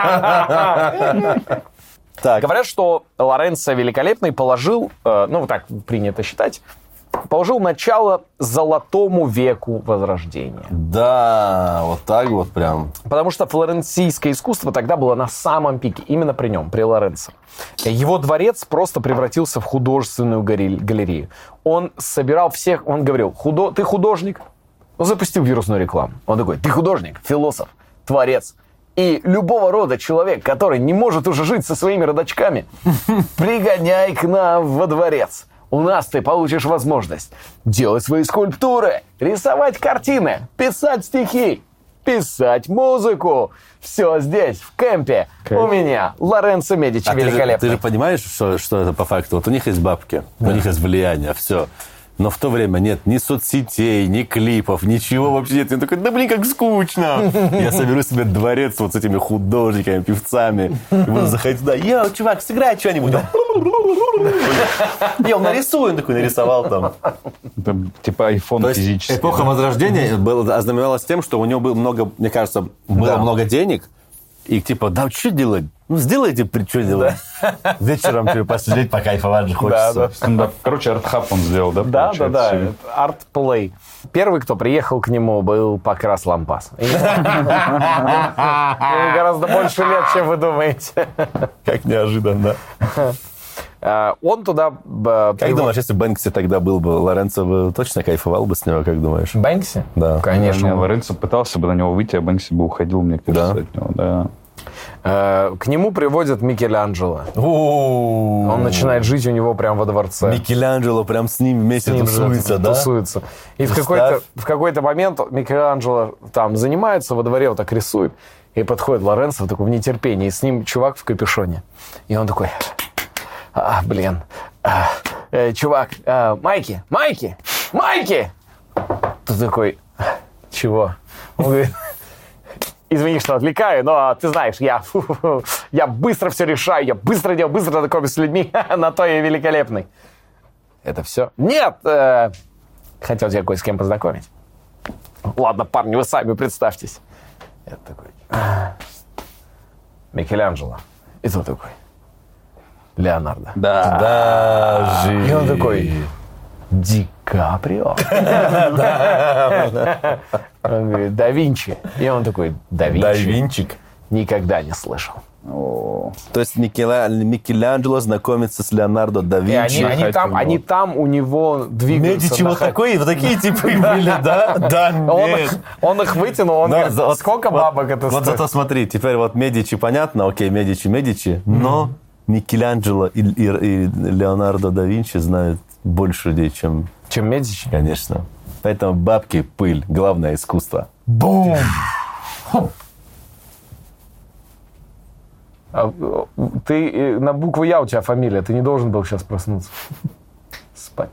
Так. Говорят, что Лоренцо Великолепный положил, ну, так принято считать, положил начало золотому веку Возрождения. Да, вот так вот прям. Потому что флоренцийское искусство тогда было на самом пике, именно при нем, при Лоренцо. Его дворец просто превратился в художественную галерею. Он собирал всех, он говорил, ты художник? Он запустил вирусную рекламу. Он такой, ты художник, философ, творец. И любого рода человек, который не может уже жить со своими родачками, пригоняй к нам во дворец. У нас ты получишь возможность делать свои скульптуры, рисовать картины, писать стихи, писать музыку. Все здесь, в кемпе. У меня Лоренцо Медичи Великолепный. Ты же понимаешь, что это по факту? Вот у них есть бабки, у них есть влияние, все. Но в то время нет ни соцсетей, ни клипов, ничего вообще нет. Я такой, да блин, как скучно. Я соберу себе дворец вот с этими художниками, певцами. И буду заходить туда. Йоу, чувак, сыграй что-нибудь. Я нарисую. Он такой нарисовал там. Там, типа iPhone физический. Эпоха Возрождения ознаменовалась тем, что у него было много, мне кажется, было много денег. И типа, да, что делать? Ну, сделайте, что делать? Вечером посидеть, покайфовать же хочется. Стендап. Короче, арт-хаб он сделал, да? Да. Арт-плей. Первый, кто приехал к нему, был Покрас Лампас. Ему гораздо больше лет, чем вы думаете. Как неожиданно. Он туда... Как думаешь, если Бэнкси тогда был бы, Лоренцо бы точно кайфовал бы с него, как думаешь? Бэнкси? Да. Конечно. Лоренцо пытался бы на него выйти, а Бэнкси бы уходил, мне кажется, от него. Да. К нему приводят Микеланджело. Он начинает жить у него прямо во дворце. Микеланджело прям с ним вместе тусуется, да? Тусуется. И в какой-то момент Микеланджело там занимается, во дворе вот так рисует. И подходит Лоренцо такой в нетерпении. И с ним чувак в капюшоне. И он такой... чувак, Майки! Ты такой, чего? Он говорит, извини, что отвлекаю, но ты знаешь, я быстро все решаю, я быстро знакомлюсь с людьми, на то я великолепный. Это все? Нет! Хотел тебя кое с кем познакомить. Ладно, парни, вы сами представьтесь. Я такой, Микеланджело. И тут такой, Леонардо. Да. И он такой, Ди Каприо. Он говорит, Да Винчи. И он такой, Да Винчик. Никогда не слышал. То есть Микеланджело знакомится с Леонардо да Винчи. Они там у него двигаются. Медичи вот такие типы были, да? Да, нет. Он их вытянул, он говорит, сколько бабок это стоит? Вот зато смотри, теперь вот Медичи понятно, окей, Медичи, но Микеланджело и Леонардо да Винчи знают больше людей, чем Медичи? Конечно. Поэтому бабки, пыль, главное искусство. Бум! Ты на букву Я у тебя фамилия, ты не должен был сейчас проснуться. Спать.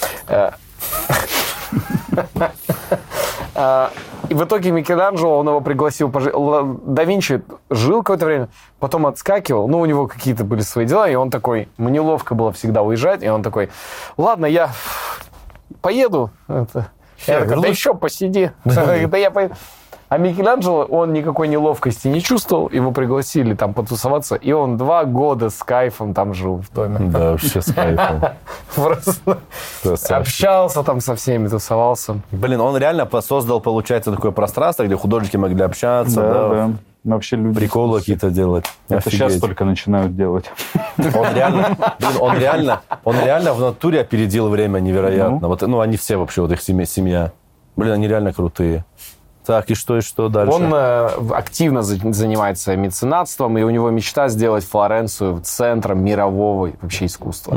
И в итоге Микеланджело, он его пригласил пожить. Да Винчи жил какое-то время, потом отскакивал, у него какие-то были свои дела, и он такой, мне неловко было всегда уезжать, и он такой, ладно, я поеду. Я такой, да еще посиди. Да я поеду. А Микеланджело, он никакой неловкости не чувствовал, его пригласили там потусоваться, и он 2 года с кайфом там жил в доме. Да, вообще с кайфом. Просто общался там со всеми, тусовался. Блин, он реально создал, получается, такое пространство, где художники могли общаться. Да. Вообще люди... Приколы какие-то делать. Это сейчас только начинают делать. Он реально в натуре опередил время невероятно. Они все вообще, их семья. Блин, они реально крутые. Так, и что дальше? Он активно занимается меценатством, и у него мечта сделать Флоренцию центром мирового вообще искусства.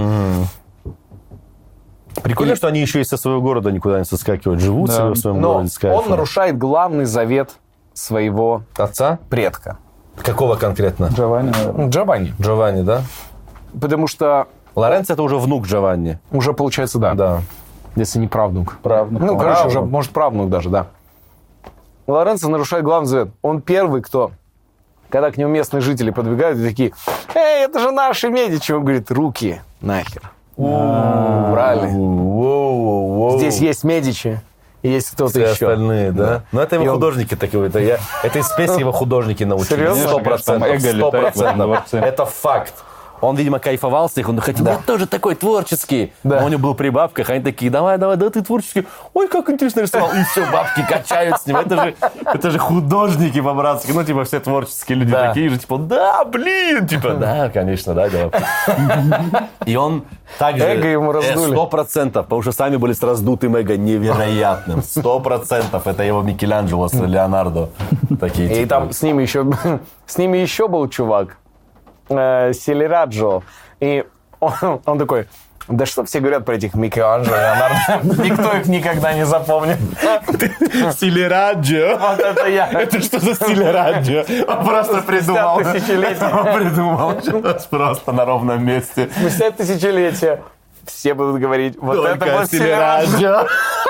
Прикольно, что они еще и со своего города никуда не соскакивают, живут себе в своем городе с кайфом. Он нарушает главный завет своего отца? Предка. Какого конкретно? Джованни, да? Потому что... Лоренцо это уже внук Джованни. Уже получается, да. Да. Если не правнук. Правнук. Уже, может, правнук даже, да. Лоренцо нарушает главный завет. Он первый, кто, когда к нему местные жители подбегают и такие, это же наши Медичи. Он говорит, руки нахер. Убрали. Здесь есть Медичи, и есть кто-то еще. Все остальные, да? Но это его художники такие. Это из спеси его художники научили. 100%. Это факт. Он, видимо, кайфовал с них, он хотел, я тоже такой творческий. Да. У него был при бабках, они такие, давай, да ты творческий. Ой, как интересно рисовал. И все, бабки качают с ним. Это же художники по-братски. Все творческие люди такие же, да, конечно, да. И он также... Эго ему раздули. 100%, потому что сами были с раздутым эго невероятным. 100%. Это его Микеланджело с Леонардо. И там с ними еще был чувак. Селераджо. И он такой, да что все говорят про этих Микеланджело и Леонардо? Никто их никогда не запомнит. Селераджо? Вот это я. Это что за Селераджо? Он просто придумал. Он придумал сейчас просто на ровном месте. Спустя тысячелетия все будут говорить, вот только это вот Селераджо.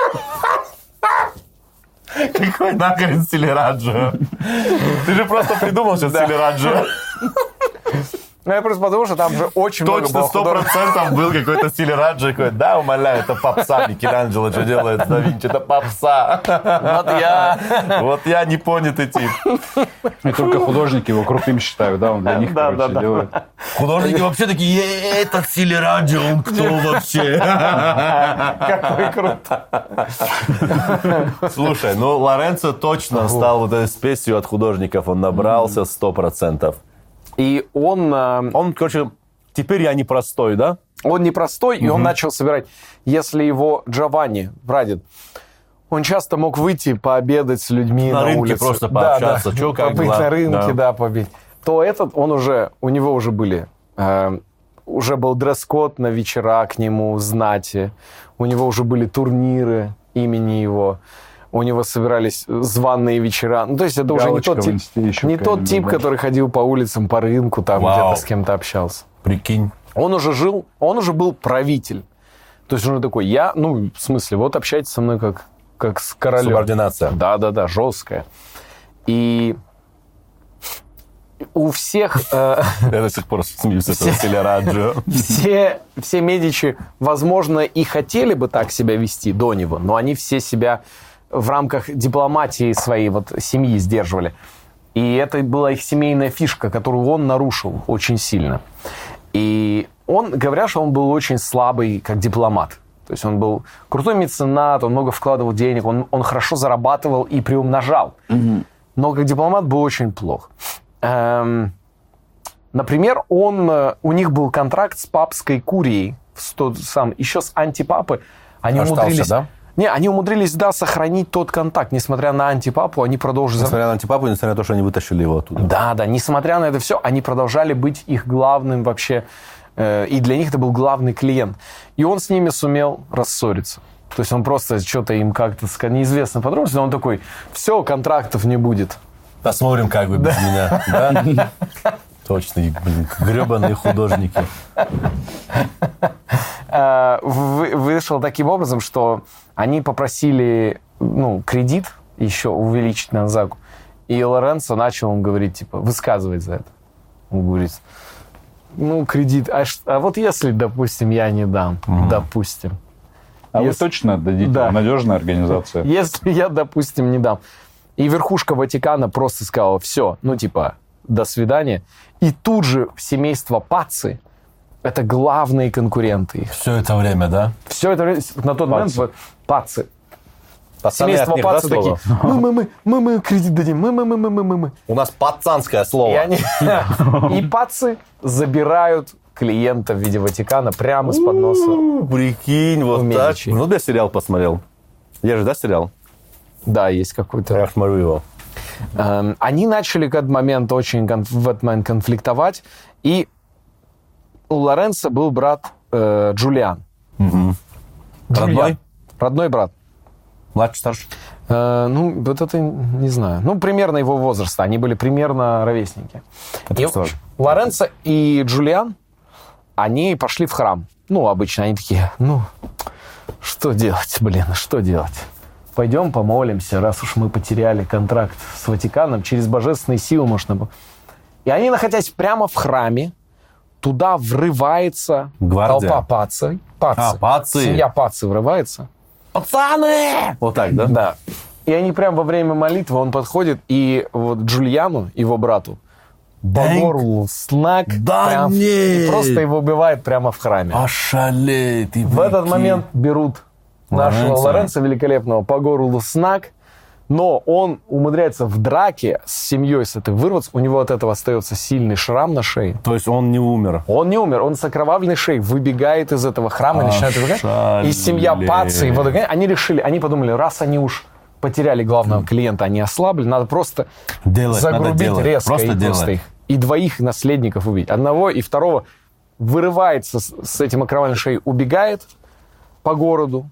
Какой нахрен Селераджо? Ты же просто придумал сейчас Селераджо. Ну, я просто потому, что там же очень много Точно, было художников. 100% был какой-то Сильраджи, какой, да, умоляю, это попса, Микеланджело, что делает да Винчи, это попса. Вот я непонятый тип. И только художники его крутым считают, да, он для них, короче, делает. Художники вообще такие, этот Сильраджи, он кто вообще? Какой круто. Слушай, ну Лоренцо точно стал вот этой спесью от художников, он набрался 100%. И Он, короче, теперь я непростой, да? он непростой, и он начал собирать. Если его Джованни, прадед, он часто мог выйти пообедать с людьми на рынке улице. просто пообщаться, чё, как побыть дела? на рынке, Да. побыть. То этот, у него уже были... уже был дресс-код на вечера к нему, знати. У него уже были турниры имени его. У него собирались званые вечера. Ну, то есть это уже не тот тип, который ходил по улицам, по рынку, там где-то с кем-то общался. Прикинь. Он уже был правитель. То есть он уже такой, в смысле, вот общайтесь со мной как с королем. Субординация. Да, жесткая. И у всех... Я до сих пор смеюсь с этого Сильраджо. Все Медичи, возможно, и хотели бы так себя вести до него, но они все себя в рамках дипломатии своей семьи сдерживали. И это была их семейная фишка, которую он нарушил очень сильно. И говорят, что он был очень слабый как дипломат. То есть он был крутой меценат, он много вкладывал денег, он хорошо зарабатывал и приумножал. Но как дипломат был очень плох. Например, у них был контракт с папской курией, еще с антипапы. Они умудрились... да? Не, они умудрились, сохранить тот контакт. Несмотря на антипапу, они продолжили... Несмотря на антипапу, несмотря на то, что они вытащили его оттуда. Да, несмотря на это все, они продолжали быть их главным вообще... И для них это был главный клиент. И он с ними сумел рассориться. То есть он просто что-то им как-то... Неизвестно подробности, но он такой, все, контрактов не будет. Посмотрим, как вы без меня. Да? Точно, гребаные художники. Вышло таким образом, что они попросили кредит еще увеличить на закуп. И Лоренцо начал им говорить, высказывать за это. Он говорит, кредит, а вот если, допустим, я не дам, допустим. Вы точно отдадите? Да. Надежная организация. Если я, допустим, не дам. И верхушка Ватикана просто сказала, все, до свидания. И тут же семейство Пацци, это главные конкуренты их. Все это время, да? Все это время, на тот момент Пацци. Семейство Пацци такие, мы кредит дадим, мы. У нас пацанское слово. И Пацци забирают клиента в виде Ватикана прямо из-под носа. Прикинь, вот так. Ну, я сериал посмотрел. Я же, сериал? Да, есть какой-то. Я смотрю его. Они начали в этот момент конфликтовать, и у Лоренцо был брат Джулиан. Родной? Родной брат. Младший, старший? Вот это не знаю. Примерно его возраста. Они были примерно ровесники. И Лоренцо и Джулиан, они пошли в храм. Обычно они такие, что делать, что делать? Пойдем помолимся, раз уж мы потеряли контракт с Ватиканом, через божественные силы можно было. И они, находясь прямо в храме, туда врывается толпа Пацци. Пацци. Семья Пацци врывается. Пацаны! Вот так, да? Да. И они прямо во время молитвы, он подходит, и вот Джульяну, его брату, по горлу снаг. Да нет! И просто его убивает прямо в храме. Ошалеть! В этот момент берут нашего Лоренцо великолепного по горлу снаг, но он умудряется в драке с семьей с этой вырваться, у него от этого остается сильный шрам на шее. То есть он не умер? Он не умер, он с окровавленной шеей выбегает из этого храма, начинает убегать. И семья Пацци, они подумали, раз они уж потеряли главного клиента, они ослабли, надо просто загрубить резко их. И двоих наследников убить. Одного и второго вырывается с этим окровавленной шеей, убегает по городу.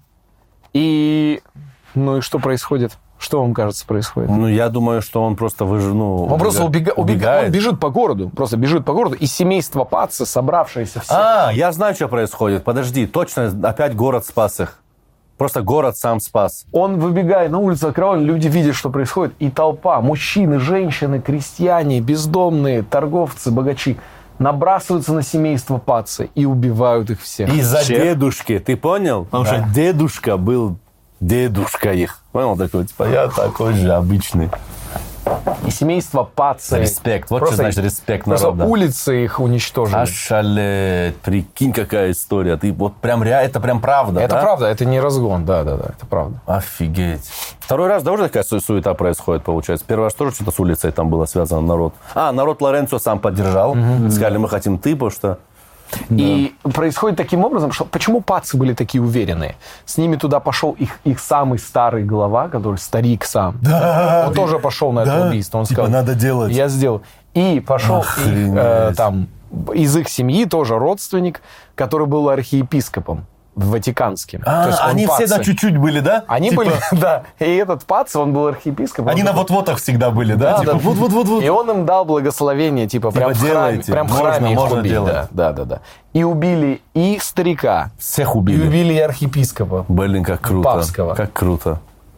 И что происходит? Что вам кажется происходит? Я думаю, что он просто Он просто убегает. Он бежит по городу. Просто бежит по городу. И семейство Пацци, собравшиеся все. Я знаю, что происходит. Подожди, точно, опять город спас их. Просто город сам спас. Он выбегает на улицу окровавленный, люди видят, что происходит. И толпа, мужчины, женщины, крестьяне, бездомные, торговцы, богачи, набрасываются на семейство Пацци и убивают их всех. Из-за дедушки, ты понял? Потому что дедушка был дедушка их. Понял? Такой, типа, я такой же обычный. И семейство Пацци... Респект. Вот что значит респект народа. Просто улицы их уничтожили. Ошалеть. Прикинь, какая история. Ты вот прям это прям правда, Это да? правда, это не разгон, да, это правда. Офигеть. Второй раз, да, уже такая суета происходит, получается? Первый раз тоже что-то с улицей там было связано, народ. Народ Лоренцо сам поддержал. Сказали, мы хотим ты, потому что... И происходит таким образом, что почему Пацци были такие уверенные? С ними туда пошел их самый старый глава, который старик сам. Да, он тоже пошел на это убийство. Он сказал, надо делать. Я сделал. И пошел там из их семьи тоже родственник, который был архиепископом ватиканским. То есть они все, да, чуть-чуть были, да? Они были, да. И этот Пацци, он был архиепископом. Они на вот-вотах всегда были, да? Типа, вот. И он им дал благословение, типа прям в храме их убили. Да. И убили и старика. Всех убили. И убили и архиепископа. Блин, как круто. Папского. Как круто.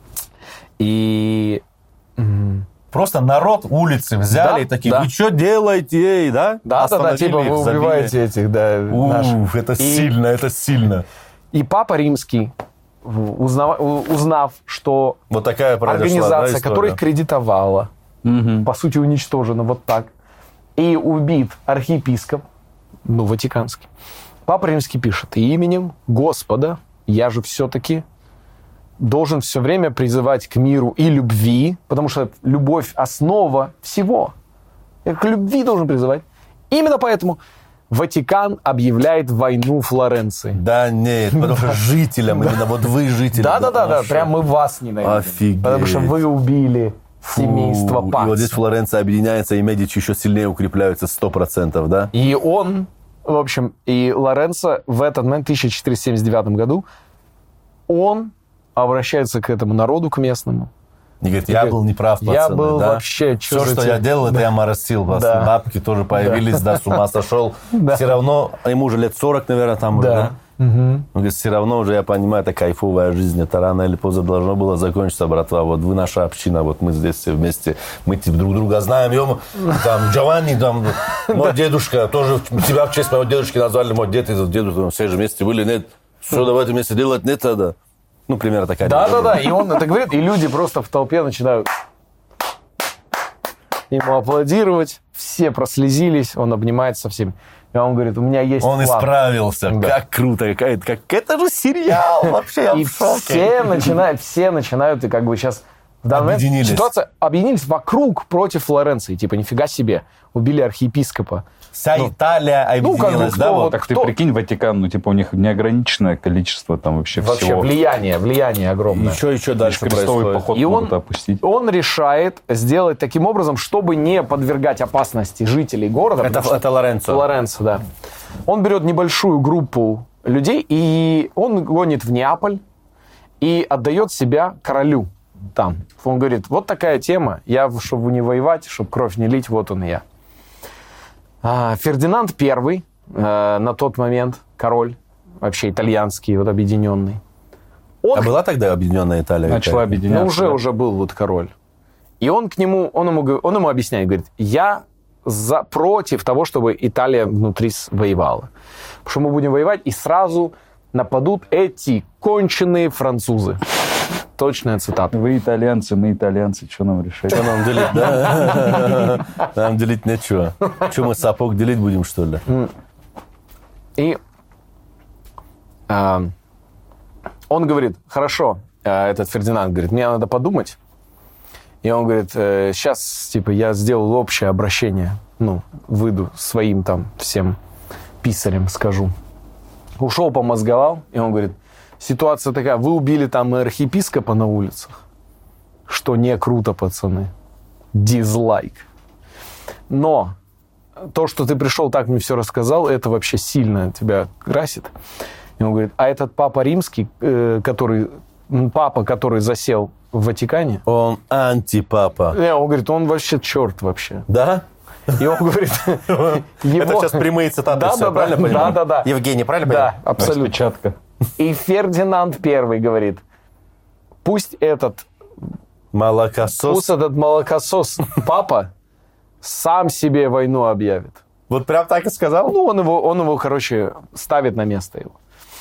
И... Просто народ улицы взяли и такие, вы что делаете, да? Да, типа вы убиваете этих, да. Это сильно, это сильно. И Папа Римский, узнав, что вот такая организация, которая их кредитовала, по сути уничтожена вот так, и убит архиепископ, ватиканский, Папа Римский пишет: именем Господа я же все-таки должен все время призывать к миру и любви, потому что любовь – основа всего. Я к любви должен призывать. Именно поэтому Ватикан объявляет войну Флоренции. Да нет, потому что жителям, именно вот вы жители. Да, прям мы вас ненавидим. Офигеть. Потому что вы убили семейство Пацци. И вот здесь Флоренция объединяется, и Медичи еще сильнее укрепляются 100%, да? И он, в общем, и Лоренцо в этот момент, в 1479 году, он обращается к этому народу, к местному. И говорит, я был неправ, пацаны. Я был вообще... Все, что я делал, это я моросил вас. Да. Бабки тоже появились, да, с ума сошел. Все равно, ему уже лет 40, наверное, там уже, да? Он говорит, все равно уже, я понимаю, это кайфовая жизнь, это рано или поздно должно было закончиться, братва. Вот вы наша община, вот мы здесь все вместе, мы друг друга знаем. Там Джованни, там мой дедушка, тоже тебя в честь моего дедушки назвали, мой дед и дедушка, все же вместе были, нет? Все, давайте вместе делать, нет тогда. Примерно такая. Да, и он это говорит, и люди просто в толпе начинают ему аплодировать, все прослезились, он обнимается со всеми. И он говорит, у меня есть Он план. Исправился, да. Как круто, это же сериал вообще, я в шоке. Все начинают, и как бы сейчас в данный момент ситуация объединились вокруг против Флоренции, типа нифига себе, убили архиепископа. Вся Италия объединилась, да? Вот. Так ты прикинь, Ватикан, у них неограниченное количество там вообще всего. Влияние огромное. Еще дальше крестовый поход и могут опустить. Он решает сделать таким образом, чтобы не подвергать опасности жителей города. Это Лоренцо. Лоренцо, да. Он берет небольшую группу людей, и он гонит в Неаполь и отдает себя королю там. Он говорит, вот такая тема, чтобы не воевать, чтобы кровь не лить, вот он и я. Фердинанд I, на тот момент король, вообще итальянский, вот объединенный. Была тогда объединенная Италия? Начала объединяться. Уже был вот король. И он ему объясняет, говорит, я против того, чтобы Италия внутри воевала. Потому что мы будем воевать, и сразу нападут эти конченые французы. Точная цитата. Вы итальянцы, мы итальянцы, что нам решать? Что нам делить, да? Нам делить нечего. Что мы сапог делить будем, что ли? И он говорит, хорошо, этот Фердинанд говорит, мне надо подумать. И он говорит, сейчас, типа, я сделал общее обращение, выйду своим там всем писарям, скажу. Ушел, помозговал, и он говорит, ситуация такая, вы убили там архиепископа на улицах, что не круто, пацаны. Дизлайк. Но то, что ты пришел, так мне все рассказал, это вообще сильно тебя красит. И он говорит, а этот Папа Римский, который засел в Ватикане... Он антипапа. Он говорит, он вообще черт вообще. Да? И он говорит... Это сейчас прямые цитаты, все, правильно понимаю? Да. Евгений, правильно понимаю? Да, абсолютно. Распечатка. И Фердинанд I говорит, пусть этот молокосос папа сам себе войну объявит. Вот прям так и сказал? Ну, он его, короче, ставит на место его.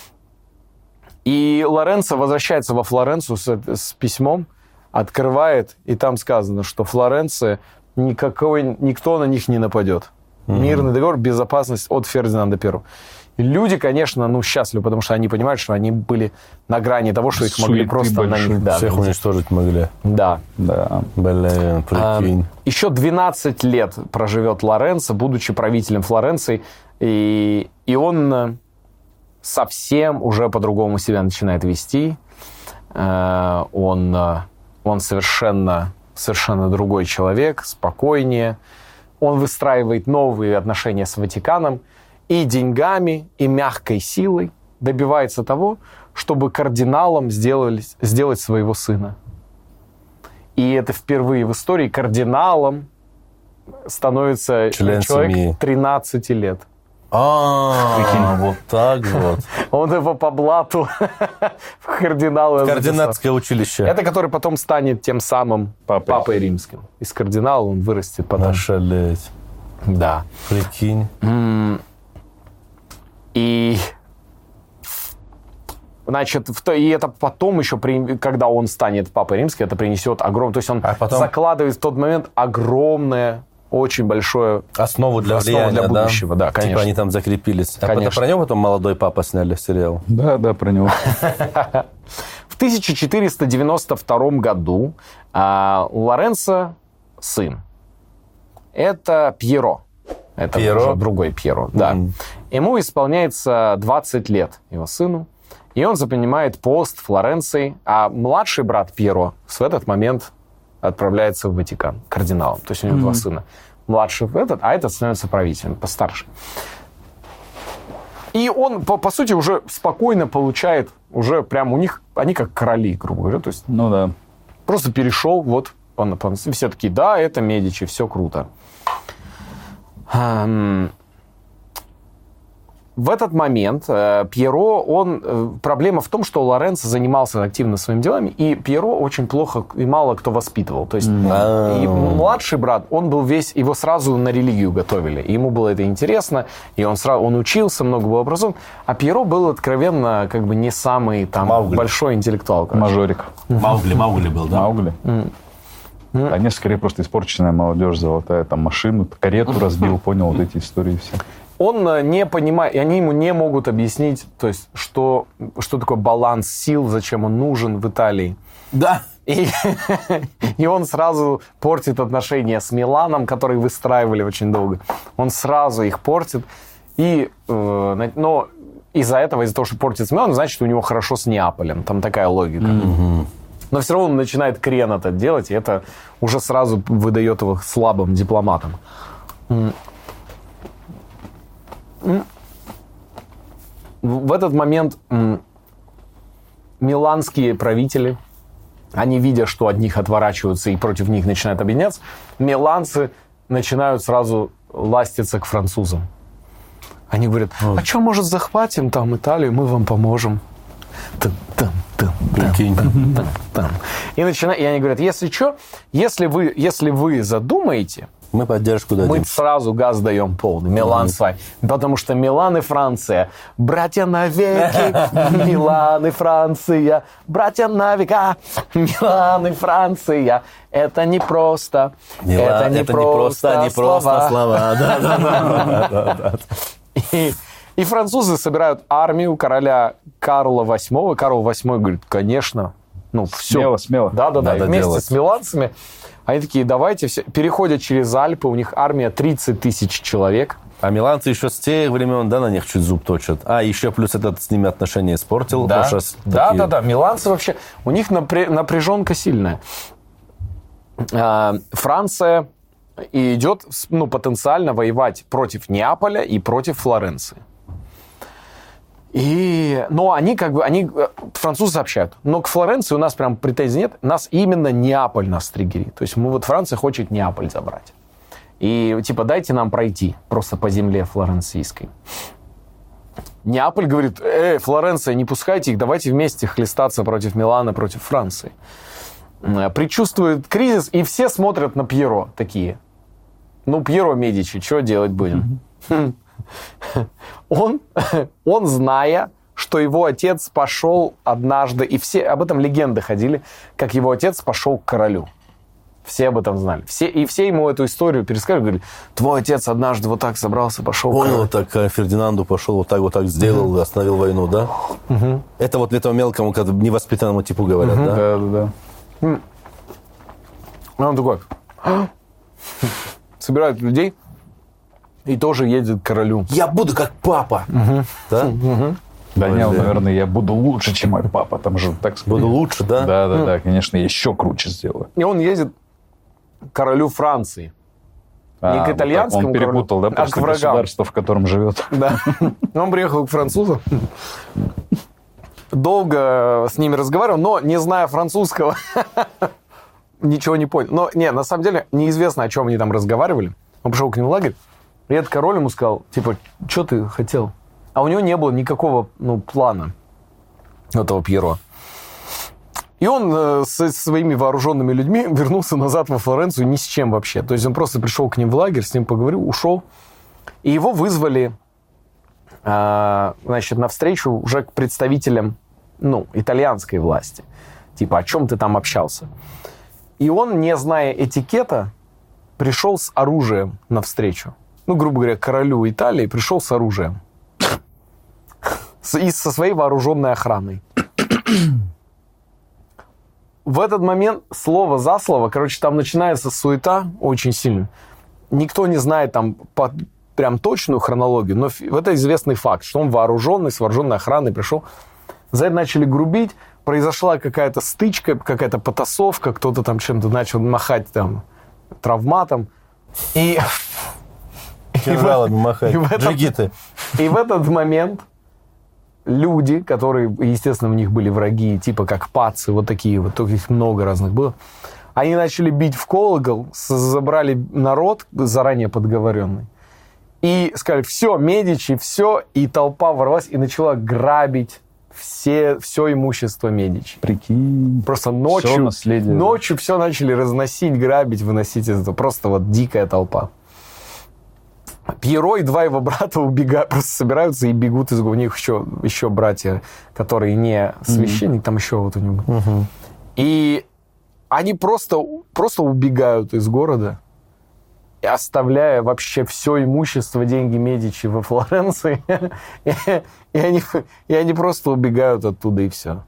И Лоренцо возвращается во Флоренцию с письмом, открывает, и там сказано, что Флоренция, никто на них не нападет. Мирный договор, безопасность от Фердинанда I. И люди, конечно, счастливы, потому что они понимают, что они были на грани того, что их могли просто на них... Да, всех уничтожить могли. Да. Блин, прикинь. Еще 12 лет проживет Лоренцо, будучи правителем Флоренции, и он совсем уже по-другому себя начинает вести. Он совершенно другой человек, спокойнее. Он выстраивает новые отношения с Ватиканом и деньгами, и мягкой силой добивается того, чтобы кардиналом сделать своего сына. И это впервые в истории кардиналом становится человек семьи. 13 лет. Вот так вот. Он его по блату в кардиналы. В кардинатское училище. Это который потом станет тем самым папой римским. Из кардинала он вырастет потом. Ошалеть. Да. Прикинь. И... Значит, и это потом еще, когда он станет папой римским, это принесет огромное... То есть он закладывает в тот момент огромное, очень большое... Основу для влияния, для будущего, да, конечно. Типа они там закрепились. А про него потом «Молодой папа» сняли сериал? Да, про него. В 1492 году Лоренцо сын. Это Пьеро. Это уже другой Пьеро, да. Ему исполняется 20 лет, его сыну. И он занимает пост Флоренции, а младший брат Пьеро в этот момент отправляется в Ватикан кардиналом. То есть у него два сына. Младший а этот становится правителем, постарше. И он, по сути, уже спокойно получает, уже прям у них, они как короли, грубо говоря. То есть, просто перешел, все такие, да, это Медичи, все круто. В этот момент Пьеро, проблема в том, что Лоренцо занимался активно своими делами, и Пьеро очень плохо и мало кто воспитывал. То есть и младший брат, его сразу на религию готовили. И ему было это интересно, и он учился, много был образован. А Пьеро был откровенно не самый большой интеллектуал. Мажорик. Маугли был, да? Маугли. Они скорее просто испорченная молодежь золотая, там машину, карету разбил, понял вот эти истории все. Он не понимает, и они ему не могут объяснить, то есть, что такое баланс сил, зачем он нужен в Италии. Да. И он сразу портит отношения с Миланом, которые выстраивали очень долго. Он сразу их портит. Но из-за того, что портит с Миланом, значит, у него хорошо с Неаполем. Там такая логика. Но все равно он начинает крен это делать, и это уже сразу выдает его слабым дипломатом. В этот момент миланские правители, они, видя, что от них отворачиваются и против них начинают объединяться, миланцы начинают сразу ластиться к французам. Они говорят, а что, может, захватим там Италию, мы вам поможем. И они говорят, если что, если вы задумаете, мы поддержку дадим. Мы сразу газ даем полный. Милан с вами. Потому что Милан и Франция. Братья навеки. Милан и Франция. Братья на века. Милан и Франция. Это не просто. Это не просто слова. Да. И французы собирают армию короля Карла VIII. Карл VIII говорит, конечно. Все. Смело. Да. И вместе с миланцами они такие, давайте все. Переходят через Альпы, у них армия 30 тысяч человек. А миланцы еще с тех времен, на них чуть зуб точат. А еще плюс этот с ними отношения испортил. Да. Миланцы вообще, у них напряженка сильная. Франция идет потенциально воевать против Неаполя и против Флоренции. Но французы сообщают, но к Флоренции у нас прям претензий нет, нас именно Неаполь нас триггерит. То есть Франция хочет Неаполь забрать. И дайте нам пройти просто по земле флоренцийской. Неаполь говорит, Флоренция, не пускайте их, давайте вместе хлестаться против Милана, против Франции. Предчувствует кризис, и все смотрят на Пьеро такие. Пьеро Медичи, что делать будем? Он, зная, что его отец пошел однажды, и все об этом легенды ходили, как его отец пошел к королю. Все об этом знали. Все ему эту историю пересказывали, говорили, твой отец однажды вот так собрался, пошел к королю. Вот так Фердинанду пошел, вот так сделал, остановил войну, да? Это вот этому мелкому, невоспитанному типу говорят, да? Да. Он такой, собирает людей и тоже едет к королю. Я буду как папа. Да? Даниэл, наверное, я буду лучше, чем мой папа. Там же так сказать. Буду лучше, да? Да, конечно, я еще круче сделаю. И он едет к королю Франции. Не к итальянскому он перепутал, королю, да, а к врагам. Государство, в котором живет. Да. Он приехал к французам. Долго с ними разговаривал, но, не зная французского, ничего не понял. Но, на самом деле, неизвестно, о чем они там разговаривали. Он пришел к ним в лагерь, и этот король ему сказал, типа, что ты хотел? А у него не было никакого плана этого Пьеро. И он со своими вооруженными людьми вернулся назад во Флоренцию ни с чем вообще. То есть он просто пришел к ним в лагерь, с ним поговорил, ушел. И его вызвали, навстречу уже к представителям, итальянской власти. Типа, о чем ты там общался? И он, не зная этикета, пришел с оружием навстречу. Грубо говоря, королю Италии пришел с оружием. И со своей вооруженной охраной. В этот момент, слово за слово, там начинается суета очень сильно. Никто не знает там прям точную хронологию, но это известный факт, что он вооруженный, с вооруженной охраной пришел. За это начали грубить, произошла какая-то стычка, какая-то потасовка, кто-то там чем-то начал махать там травматом. Кинжалами махать, джигиты. И в этот момент люди, которые, естественно, у них были враги, типа как пацы, вот такие вот, только их много разных было, они начали бить в колокол, забрали народ, заранее подговоренный, и сказали, все, Медичи, все, и толпа ворвалась и начала грабить все имущество Медичи. Прикинь. Просто ночью все начали разносить, грабить, выносить. Это просто вот дикая толпа. Пьеро и два его брата убегают, просто собираются и бегут у них еще братья, которые не священник, там еще вот у него. И они просто убегают из города, оставляя вообще все имущество, деньги Медичи во Флоренции. И они просто убегают оттуда, и все.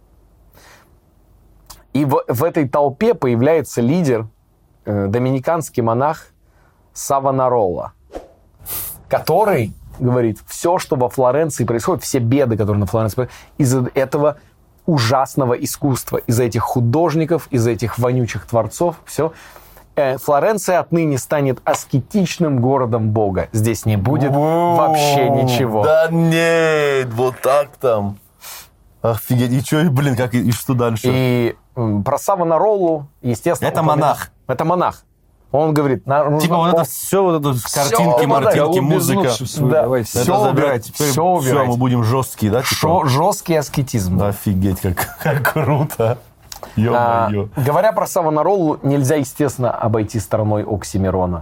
И в этой толпе появляется лидер, доминиканский монах Савонарола, который говорит, все, что во Флоренции происходит, все беды, которые на Флоренции происходят, из-за этого ужасного искусства, из-за этих художников, из-за этих вонючих творцов, все. Флоренция отныне станет аскетичным городом Бога. Здесь не будет вообще ничего. Да нет, вот так там. Офигеть. И что, и что дальше? И про Савонаролу, естественно... Это монах. Это монах. Он говорит... Типа вот это все, вот это картинки, мартинки, музыка. Да, все убирать. Все, мы будем жесткие, да? Жесткий аскетизм. Офигеть, как круто. Ё-моё. Говоря про Савонаролу, нельзя, естественно, обойти стороной Оксимирона.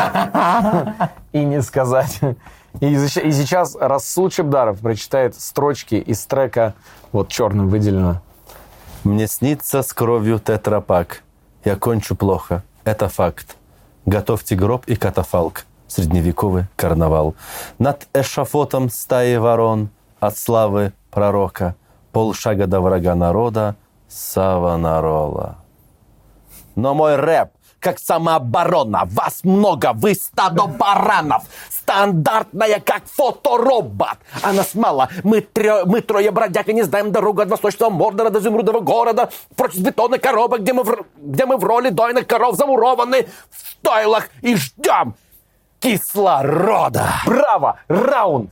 И не сказать. И сейчас Расул Чебдаров прочитает строчки из трека, вот черным выделено. Мне снится с кровью тетрапак. Я кончу плохо. Это факт. Готовьте гроб и катафалк. Средневековый карнавал. Над эшафотом стаи ворон. От славы пророка. Полшага до врага народа. Савонарола. Но мой рэп, как самооборона. Вас много, вы стадо баранов. Стандартная, как фоторобот. А нас мало, мы трое бродяг и не знаем дорогу от восточного Мордора до изумрудного города. Прочь из бетонных коробок, где мы в роли дойных коров замурованы в стойлах и ждем кислорода. Браво! Раунд!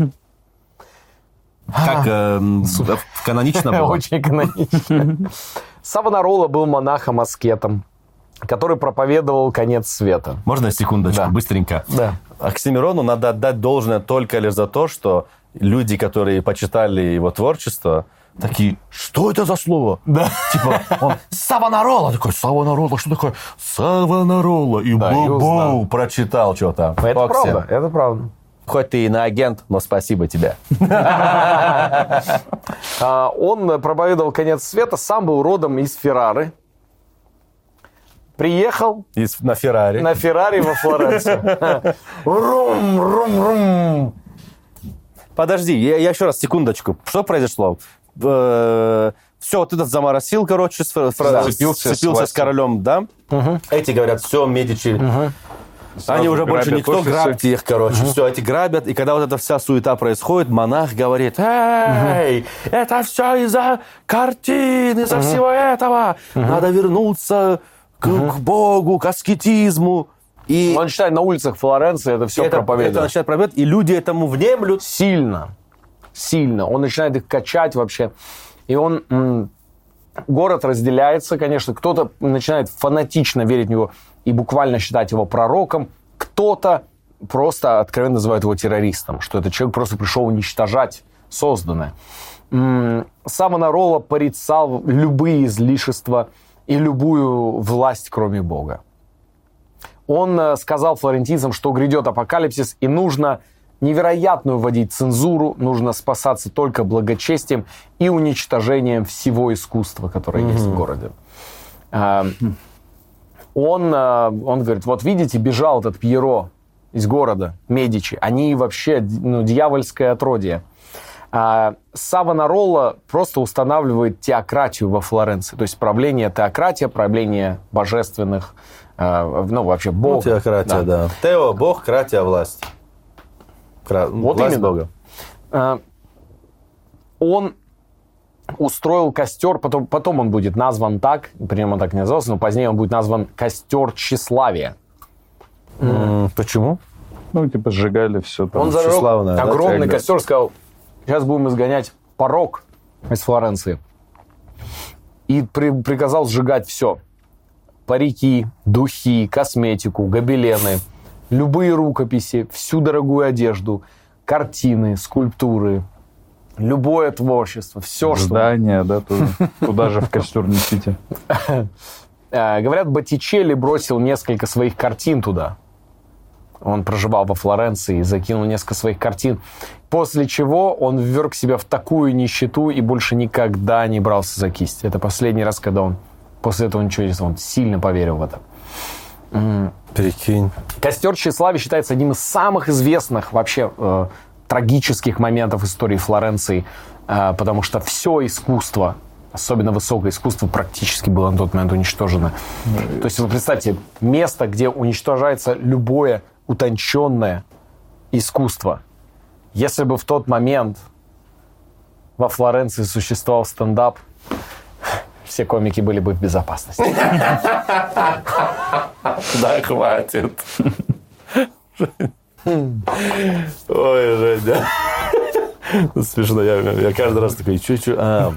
Как канонично было? Очень канонично. Савонарола был монахом-аскетом, который проповедовал конец света. Можно секундочку, да. Быстренько? Да. Оксимирону надо отдать должное только лишь за то, что люди, которые почитали его творчество, такие, что это за слово? Да. Типа, он Савонарола, такой, Савонарола, что такое? Савонарола, и Да, бу-бу, прочитал что-то. Это правда, это правда. Хоть ты и иноагент, но спасибо тебе. Он проповедовал конец света, сам был родом из Феррары. Приехал На Феррари. на Феррари во Флоренцию. Рум. Подожди, я еще раз, секундочку. Что произошло? Все, вот этот заморосил, короче, сцепился с королем, да? Эти говорят, все, Медичи... Они уже больше никто, грабьте их, короче. Все, эти грабят. И когда вот эта вся суета происходит, монах говорит, эй, это все из-за картин, из-за всего этого. Надо вернуться к Богу, к аскетизму. И Он читает на улицах Флоренции, это все проповедует. это начинает проповедовать, и люди этому внемлют. Сильно. Он начинает их качать вообще. И он... Город разделяется, конечно. Кто-то начинает фанатично верить в него и буквально считать его пророком. Кто-то просто откровенно называет его террористом, что этот человек просто пришел уничтожать созданное. Савонарола порицал любые излишества и любую власть, кроме Бога. Он сказал флорентийцам, что грядет апокалипсис, и нужно невероятную вводить цензуру, нужно спасаться только благочестием и уничтожением всего искусства, которое есть в городе. Он говорит, вот видите, бежал этот Пьеро из города, Медичи, они вообще дьявольское отродье. Савонарола просто устанавливает теократию во Флоренции, то есть правление теократия, правление божественных, вообще Бога. Теократия, да. Тео, Бог, кратия, власть. Вот власть именно. Бога. Он устроил костер, потом он будет назван так, при нем он так не назывался, но позднее он будет назван костер тщеславия. Почему? Типа сжигали все там. Он зажег огромный костер, сказал, сейчас будем изгонять порок из Флоренции. И приказал сжигать все. Парики, духи, косметику, гобелены, любые рукописи, всю дорогую одежду, картины, скульптуры, любое творчество, все, что... Здания, да, тоже. Туда же в костер несите. Говорят, Боттичелли бросил несколько своих картин туда. Он проживал во Флоренции и закинул несколько своих картин. После чего он вверг себя в такую нищету и больше никогда не брался за кисть. Это последний раз, когда он после этого ничего не сделал. Он сильно поверил в это. Прикинь. Костер тщеславия считается одним из самых известных вообще трагических моментов истории Флоренции, потому что все искусство, особенно высокое искусство, практически было на тот момент уничтожено. То есть вы представьте, место, где уничтожается любое утонченное искусство. Если бы в тот момент во Флоренции существовал стендап, все комики были бы в безопасности. Да, хватит. Ой, Женя. Смешно, я каждый раз такой, Я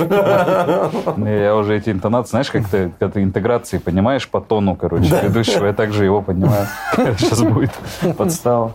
уже эти интонации, знаешь, как ты интеграции понимаешь по тону, короче, ведущего, я также его понимаю. Сейчас будет подстава.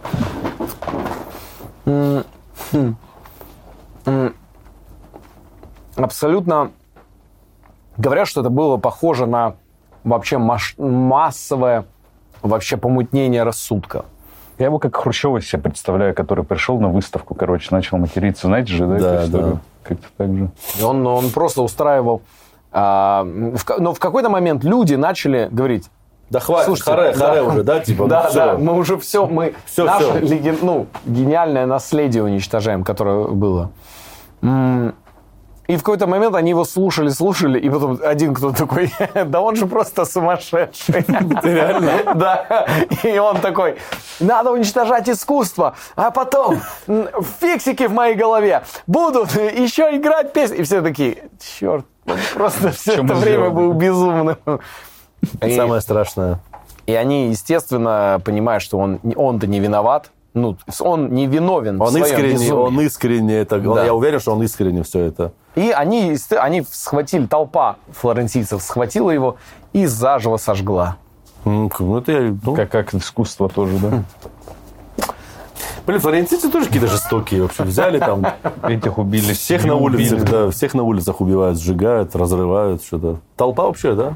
Абсолютно. Говорят, что это было похоже на вообще массовое вообще помутнение рассудка. Я его как Хрущева себе представляю, который пришел на выставку, короче, начал материться. Знаете же, да? Да, да. Как-то так же. И он просто устраивал... но в какой-то момент люди начали говорить... Да хватит, харе уже, да? Типа, да, мы уже все, наше гениальное наследие уничтожаем, которое было. И в какой-то момент они его слушали, и потом один кто-то такой, да он же просто сумасшедший. Реально? Да. И он такой, надо уничтожать искусство, а потом фиксики в моей голове будут еще играть песни. И все такие, черт, он просто все это время был безумным. Самое страшное. И они, естественно, понимают, что он-то не виноват. Он не виновен в своем безумии. Он искренне это... Да. Я уверен, что он искренне все это. И они схватили, толпа флорентийцев схватила его и заживо сожгла. Как искусство тоже, да? Блин, флорентийцы тоже какие-то жестокие. Вообще взяли там... Этих убили. Всех на улицах, да. Всех на улицах убивают, сжигают, разрывают. Что-то. Толпа вообще, да?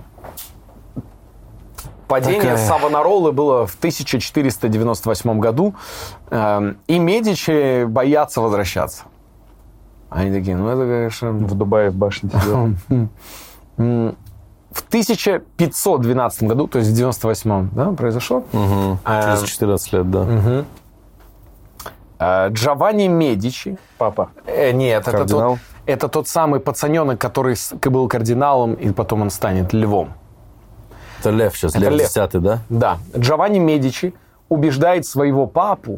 Падение Савонаролы было в 1498 году, и Медичи боятся возвращаться. Они такие, ну это, конечно... В Дубае в башне сидел. В 1512 году, то есть в 98-м, да, произошло? Через 14 лет, да. Джованни Медичи. Папа. Нет, это тот самый пацаненок, который был кардиналом, и потом он станет львом. Это лев сейчас, лев 10-й, да? Да. Джованни Медичи убеждает своего папу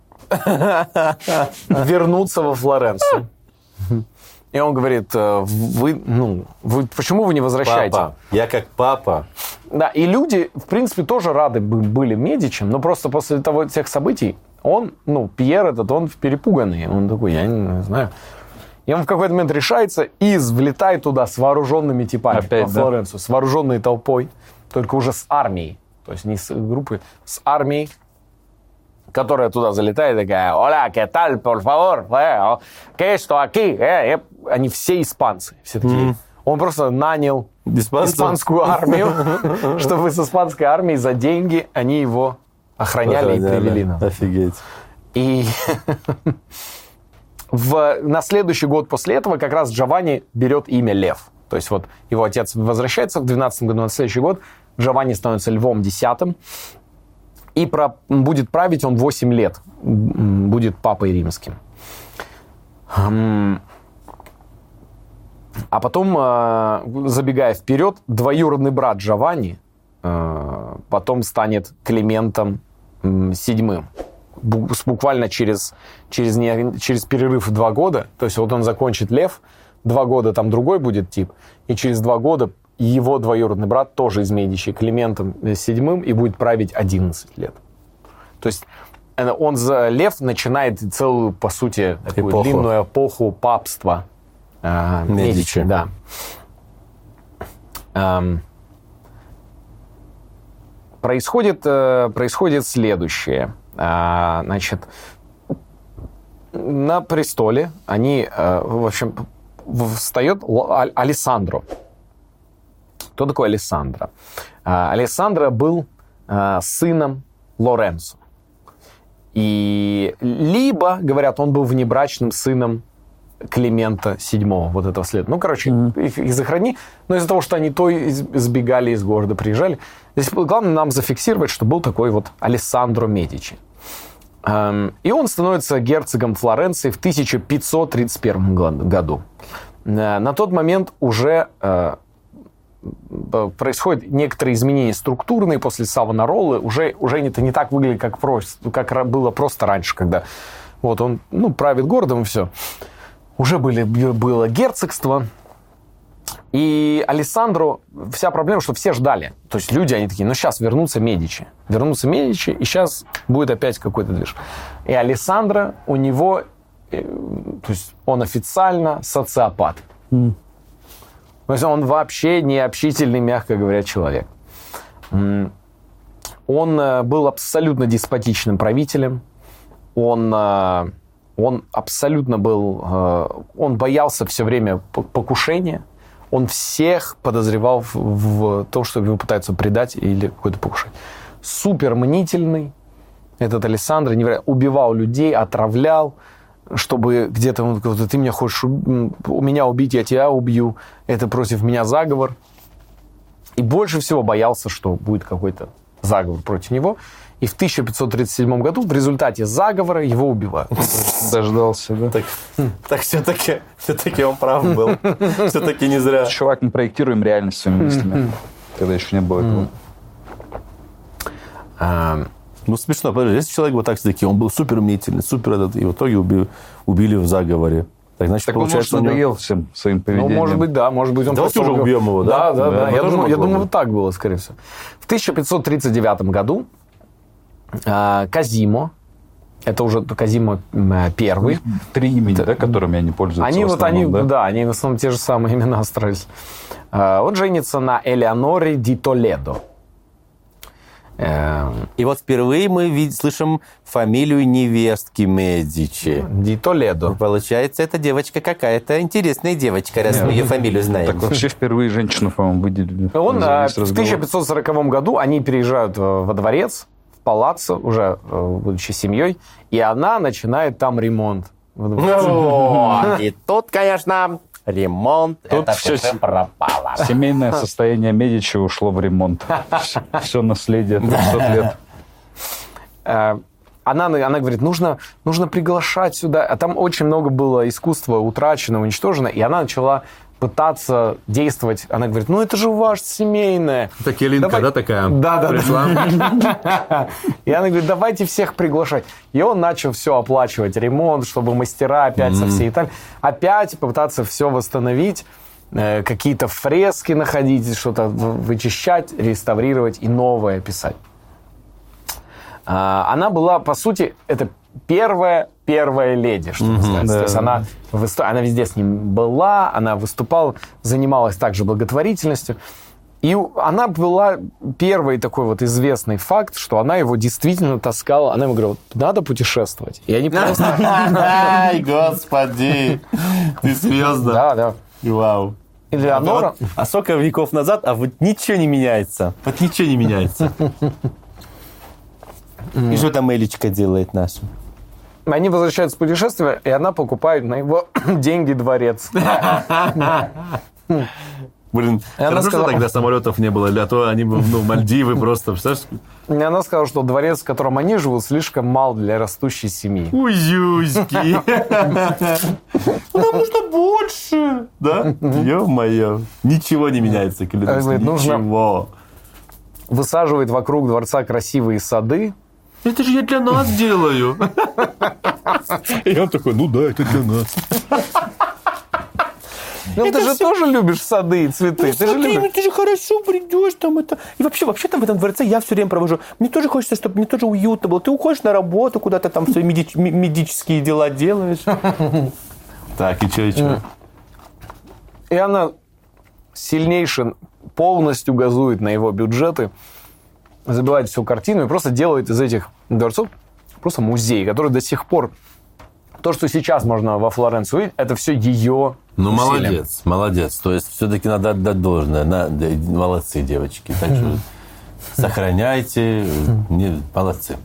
вернуться во Флоренцию. И он говорит, почему вы не возвращаете? Папа, я как папа. Да, и люди, в принципе, тоже рады были Медичам, но просто после тех событий он, Пьер этот, он перепуганный. Он такой, я не знаю. И он в какой-то момент решается и влетает туда с вооруженными типами во Флоренцию, с вооруженной толпой, только уже с армией. То есть не с группой, с армией, которая туда залетает, такая, «Hola, ¿qué tal, por favor? ¿Qué esto aquí?» Они все испанцы. Все такие. Он просто нанял испанскую армию, чтобы с испанской армией за деньги они его охраняли и привели нам. Офигеть. И на следующий год после этого как раз Джованни берет имя Лев. То есть вот его отец возвращается в 12 году, на следующий год Джованни становится Львом 10-м. И будет править он 8 лет. Будет папой римским. А потом, забегая вперед, двоюродный брат Джованни потом станет Климентом VII. Буквально через перерыв в 2 года. То есть вот он закончит Лев, 2 года там другой будет тип. И через 2 года его двоюродный брат, тоже из Медичи, Климентом VII, и будет править 11 лет. То есть Лев начинает целую, по сути, такую длинную эпоху папства Медичи. Да. Происходит следующее. Значит, на престоле в общем, встает Алессандро. Кто такой Алессандро? Алессандро был сыном Лоренцо. И либо, говорят, он был внебрачным сыном Климента VII, вот этого след. Их захоронили. Но из-за того, что они то сбегали из города, приезжали. Здесь главное нам зафиксировать, что был такой вот Алессандро Медичи. И он становится герцогом Флоренции в 1531 году. На тот момент уже происходят некоторые изменения структурные после Савонаролы. Уже это не так выглядит, как было просто раньше, когда вот он правит городом и все. Уже было герцогство. И Алессандро, вся проблема, что все ждали. То есть люди, они такие, сейчас вернутся Медичи. Вернутся Медичи, и сейчас будет опять какой-то движ. И Алессандро, у него, то есть он официально социопат. То есть он вообще не общительный, мягко говоря, человек. Он был абсолютно деспотичным правителем. Он абсолютно был... Он боялся все время покушения. Он всех подозревал в том, что его пытаются предать или какое-то покушение. Супер мнительный этот Алессандро. Убивал людей, отравлял. Чтобы где-то, ты меня хочешь у меня убить, я тебя убью. Это против меня заговор. И больше всего боялся, что будет какой-то заговор против него. И в 1537 году в результате заговора его убивают. Дождался, да? Так все-таки он прав был. Все-таки не зря. Чувак, мы проектируем реальность своими мыслями. Когда еще не было этого. Смешно. Подожди, если человек вот так все-таки, он был супер мнительный, супер этот, и в итоге убили в заговоре. Так, значит, получается, он надоел всем своим поведением. Может быть, да. Может быть, он давайте уже убьем его, да? Да. Я думаю, вот так было, скорее всего. В 1539 году Казимо, это уже Казимо I. 3 имени, да, которыми они пользуются они в основном, они в основном те же самые имена остались. Он женится на Элеоноре ди Толедо. И вот впервые мы слышим фамилию невестки Медичи. Ди Толедо. Получается, эта девочка какая-то интересная девочка, раз мы ее фамилию знаем. Так вообще впервые женщину, по-моему, выделили. В 1540 году они переезжают во дворец, в палаццо, уже будучи семьей, и она начинает там ремонт. И тут, конечно, ремонт, тут это все пропало. Семейное состояние Медичи ушло в ремонт. Все наследие 300 лет. Она говорит, нужно приглашать сюда. А там очень много было искусства утрачено, уничтожено. И она начала пытаться действовать. Она говорит, это же ваше семейное. Это Келинка, да, такая? Да. И она говорит, давайте всех приглашать. И он начал все оплачивать, ремонт, чтобы мастера опять со всей Италии. Опять попытаться все восстановить, какие-то фрески находить, что-то вычищать, реставрировать и новое писать. Она была, по сути, это первая леди, что называется. То есть она везде с ним была, она выступала, занималась также благотворительностью. И она была первый такой вот известный факт, что она его действительно таскала. Она ему говорила, надо путешествовать. И они просто... Ай, господи! Ты серьезно? Да. Вау. Элеонора... А сколько веков назад, а вот ничего не меняется. Вот ничего не меняется. И что там Элечка делает наша? Они возвращаются с путешествия, и она покупает на его деньги дворец. Блин, хорошо, что тогда самолетов не было, а то они бы, Мальдивы просто, представляешь? И она сказала, что дворец, в котором они живут, слишком мал для растущей семьи. Уюськи. Нам нужно больше. Да? Ё-моё. Ничего не меняется, клянусь. Ничего. Высаживает вокруг дворца красивые сады. Это же я для нас делаю. И он такой, это для нас. Ты же тоже любишь сады и цветы. Ты же хорошо придешь там это. И вообще там в этом дворце я все время провожу. Мне тоже хочется, чтобы мне тоже уютно было. Ты уходишь на работу, куда-то там свои медические дела делаешь. Так, и что? И она сильнейше полностью газует на его бюджеты, забивает всю картину и просто делает из этих дворцов просто музей, который до сих пор... То, что сейчас можно во Флоренции увидеть, это все ее усилия. Молодец. То есть, все-таки надо отдать должное. Молодцы, девочки. Так что сохраняйте. Молодцы.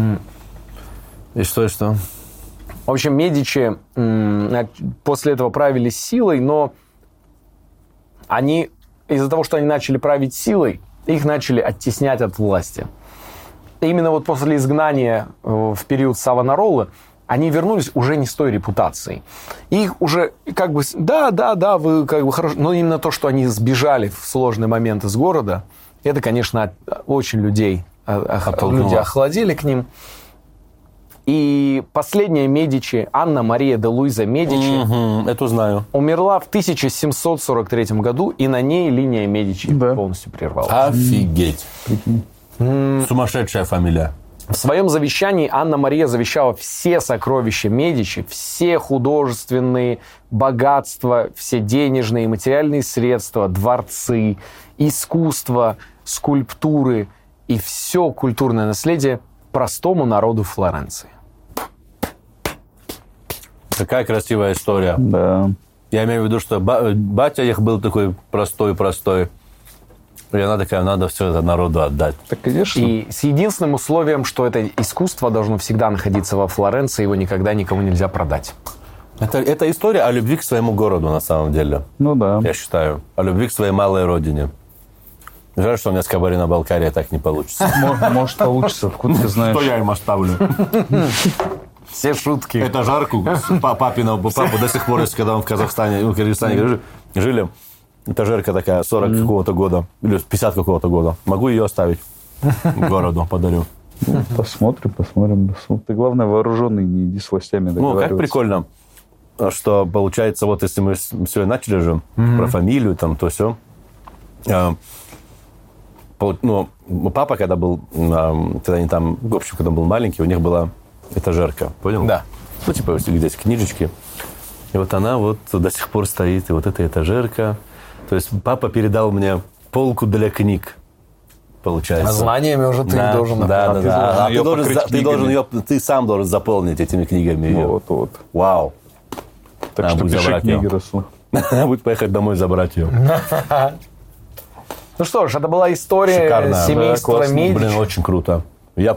И что? В общем, Медичи после этого правили силой, но они, из-за того, что они начали править силой, их начали оттеснять от власти. И именно вот после изгнания в период Савонаролы они вернулись уже не с той репутацией. Их уже как бы, да, вы как бы хорошо, но именно то, что они сбежали в сложный момент из города, это, конечно, очень люди охладили к ним. И последняя Медичи, Анна Мария де Луиза Медичи, эту знаю, умерла в 1743 году, и на ней линия Медичи полностью прервалась. Офигеть. Сумасшедшая фамилия. В своем завещании Анна Мария завещала все сокровища Медичи, все художественные богатства, все денежные и материальные средства, дворцы, искусство, скульптуры и все культурное наследие простому народу Флоренции. Какая красивая история. Да. Я имею в виду, что батя их был такой простой. И она такая, надо все это народу отдать. Так, конечно. И с единственным условием, что это искусство должно всегда находиться во Флоренции, его никогда никому нельзя продать. Это история о любви к своему городу, на самом деле. Ну да. Я считаю. О любви к своей малой родине. Жаль, что у меня с Кабардино-Балкария так не получится. Может, получится. Откуда ты знаешь? Что я им оставлю? Все шутки. Это жарку папу до сих пор, когда он в Казахстане, в Кыргызстане жили. Этажерка такая, 40 какого-то года, или 50 какого-то года. Могу ее оставить городу, подарю. Посмотрим. Ты, главное, вооруженный, не иди с властями договариваться. Как прикольно, что получается, вот если мы все начали же, про фамилию, там, то все. Папа, когда они там, в общем, когда он был маленький, у них была этажерка, понял? Да. Типа здесь книжечки. И вот она вот до сих пор стоит, и вот эта этажерка. То есть папа передал мне полку для книг. получается. А знаниями уже ты должен... Да. Ты сам должен заполнить этими книгами ее. Вот. Вау. Так что пиши книги, Расул. Будет поехать домой забрать ее. Ну что ж, это была история Шикарно. семейства Медичи. Блин, очень круто. Я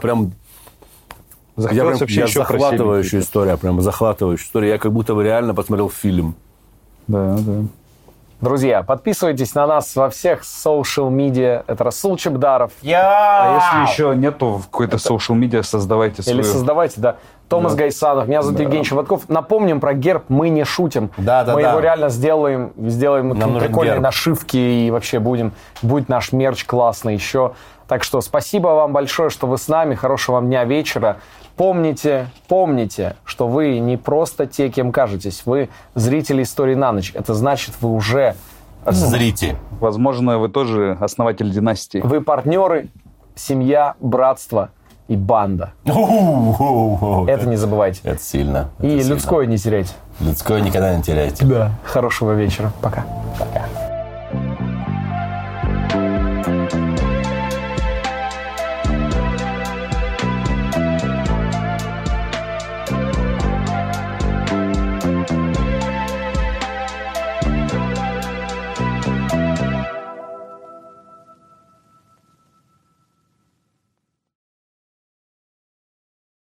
захватывающая история, захватывающая история. Я как будто бы реально посмотрел фильм. Да. Друзья, подписывайтесь на нас во всех соушал-медиа. Это Расул Чебдаров. А если еще нету в какой-то соушал-медиа, создавайте свою. Или создавайте, да. Томас Гайсанов. Меня зовут Евгений Чеботков. Напомним про герб. Мы не шутим. Мы его реально сделаем прикольные нашивки. И вообще будет наш мерч классный еще. Так что спасибо вам большое, что вы с нами. Хорошего вам дня, вечера. Помните, что вы не просто те, кем кажетесь. Вы зрители истории на ночь. Это значит, вы уже... Зрите. Возможно, вы тоже основатель династии. Вы партнеры, семья, братство и банда. Это не забывайте. Это сильно. И людское не теряйте. Людское никогда не теряйте. Да. Хорошего вечера. Пока. Пока.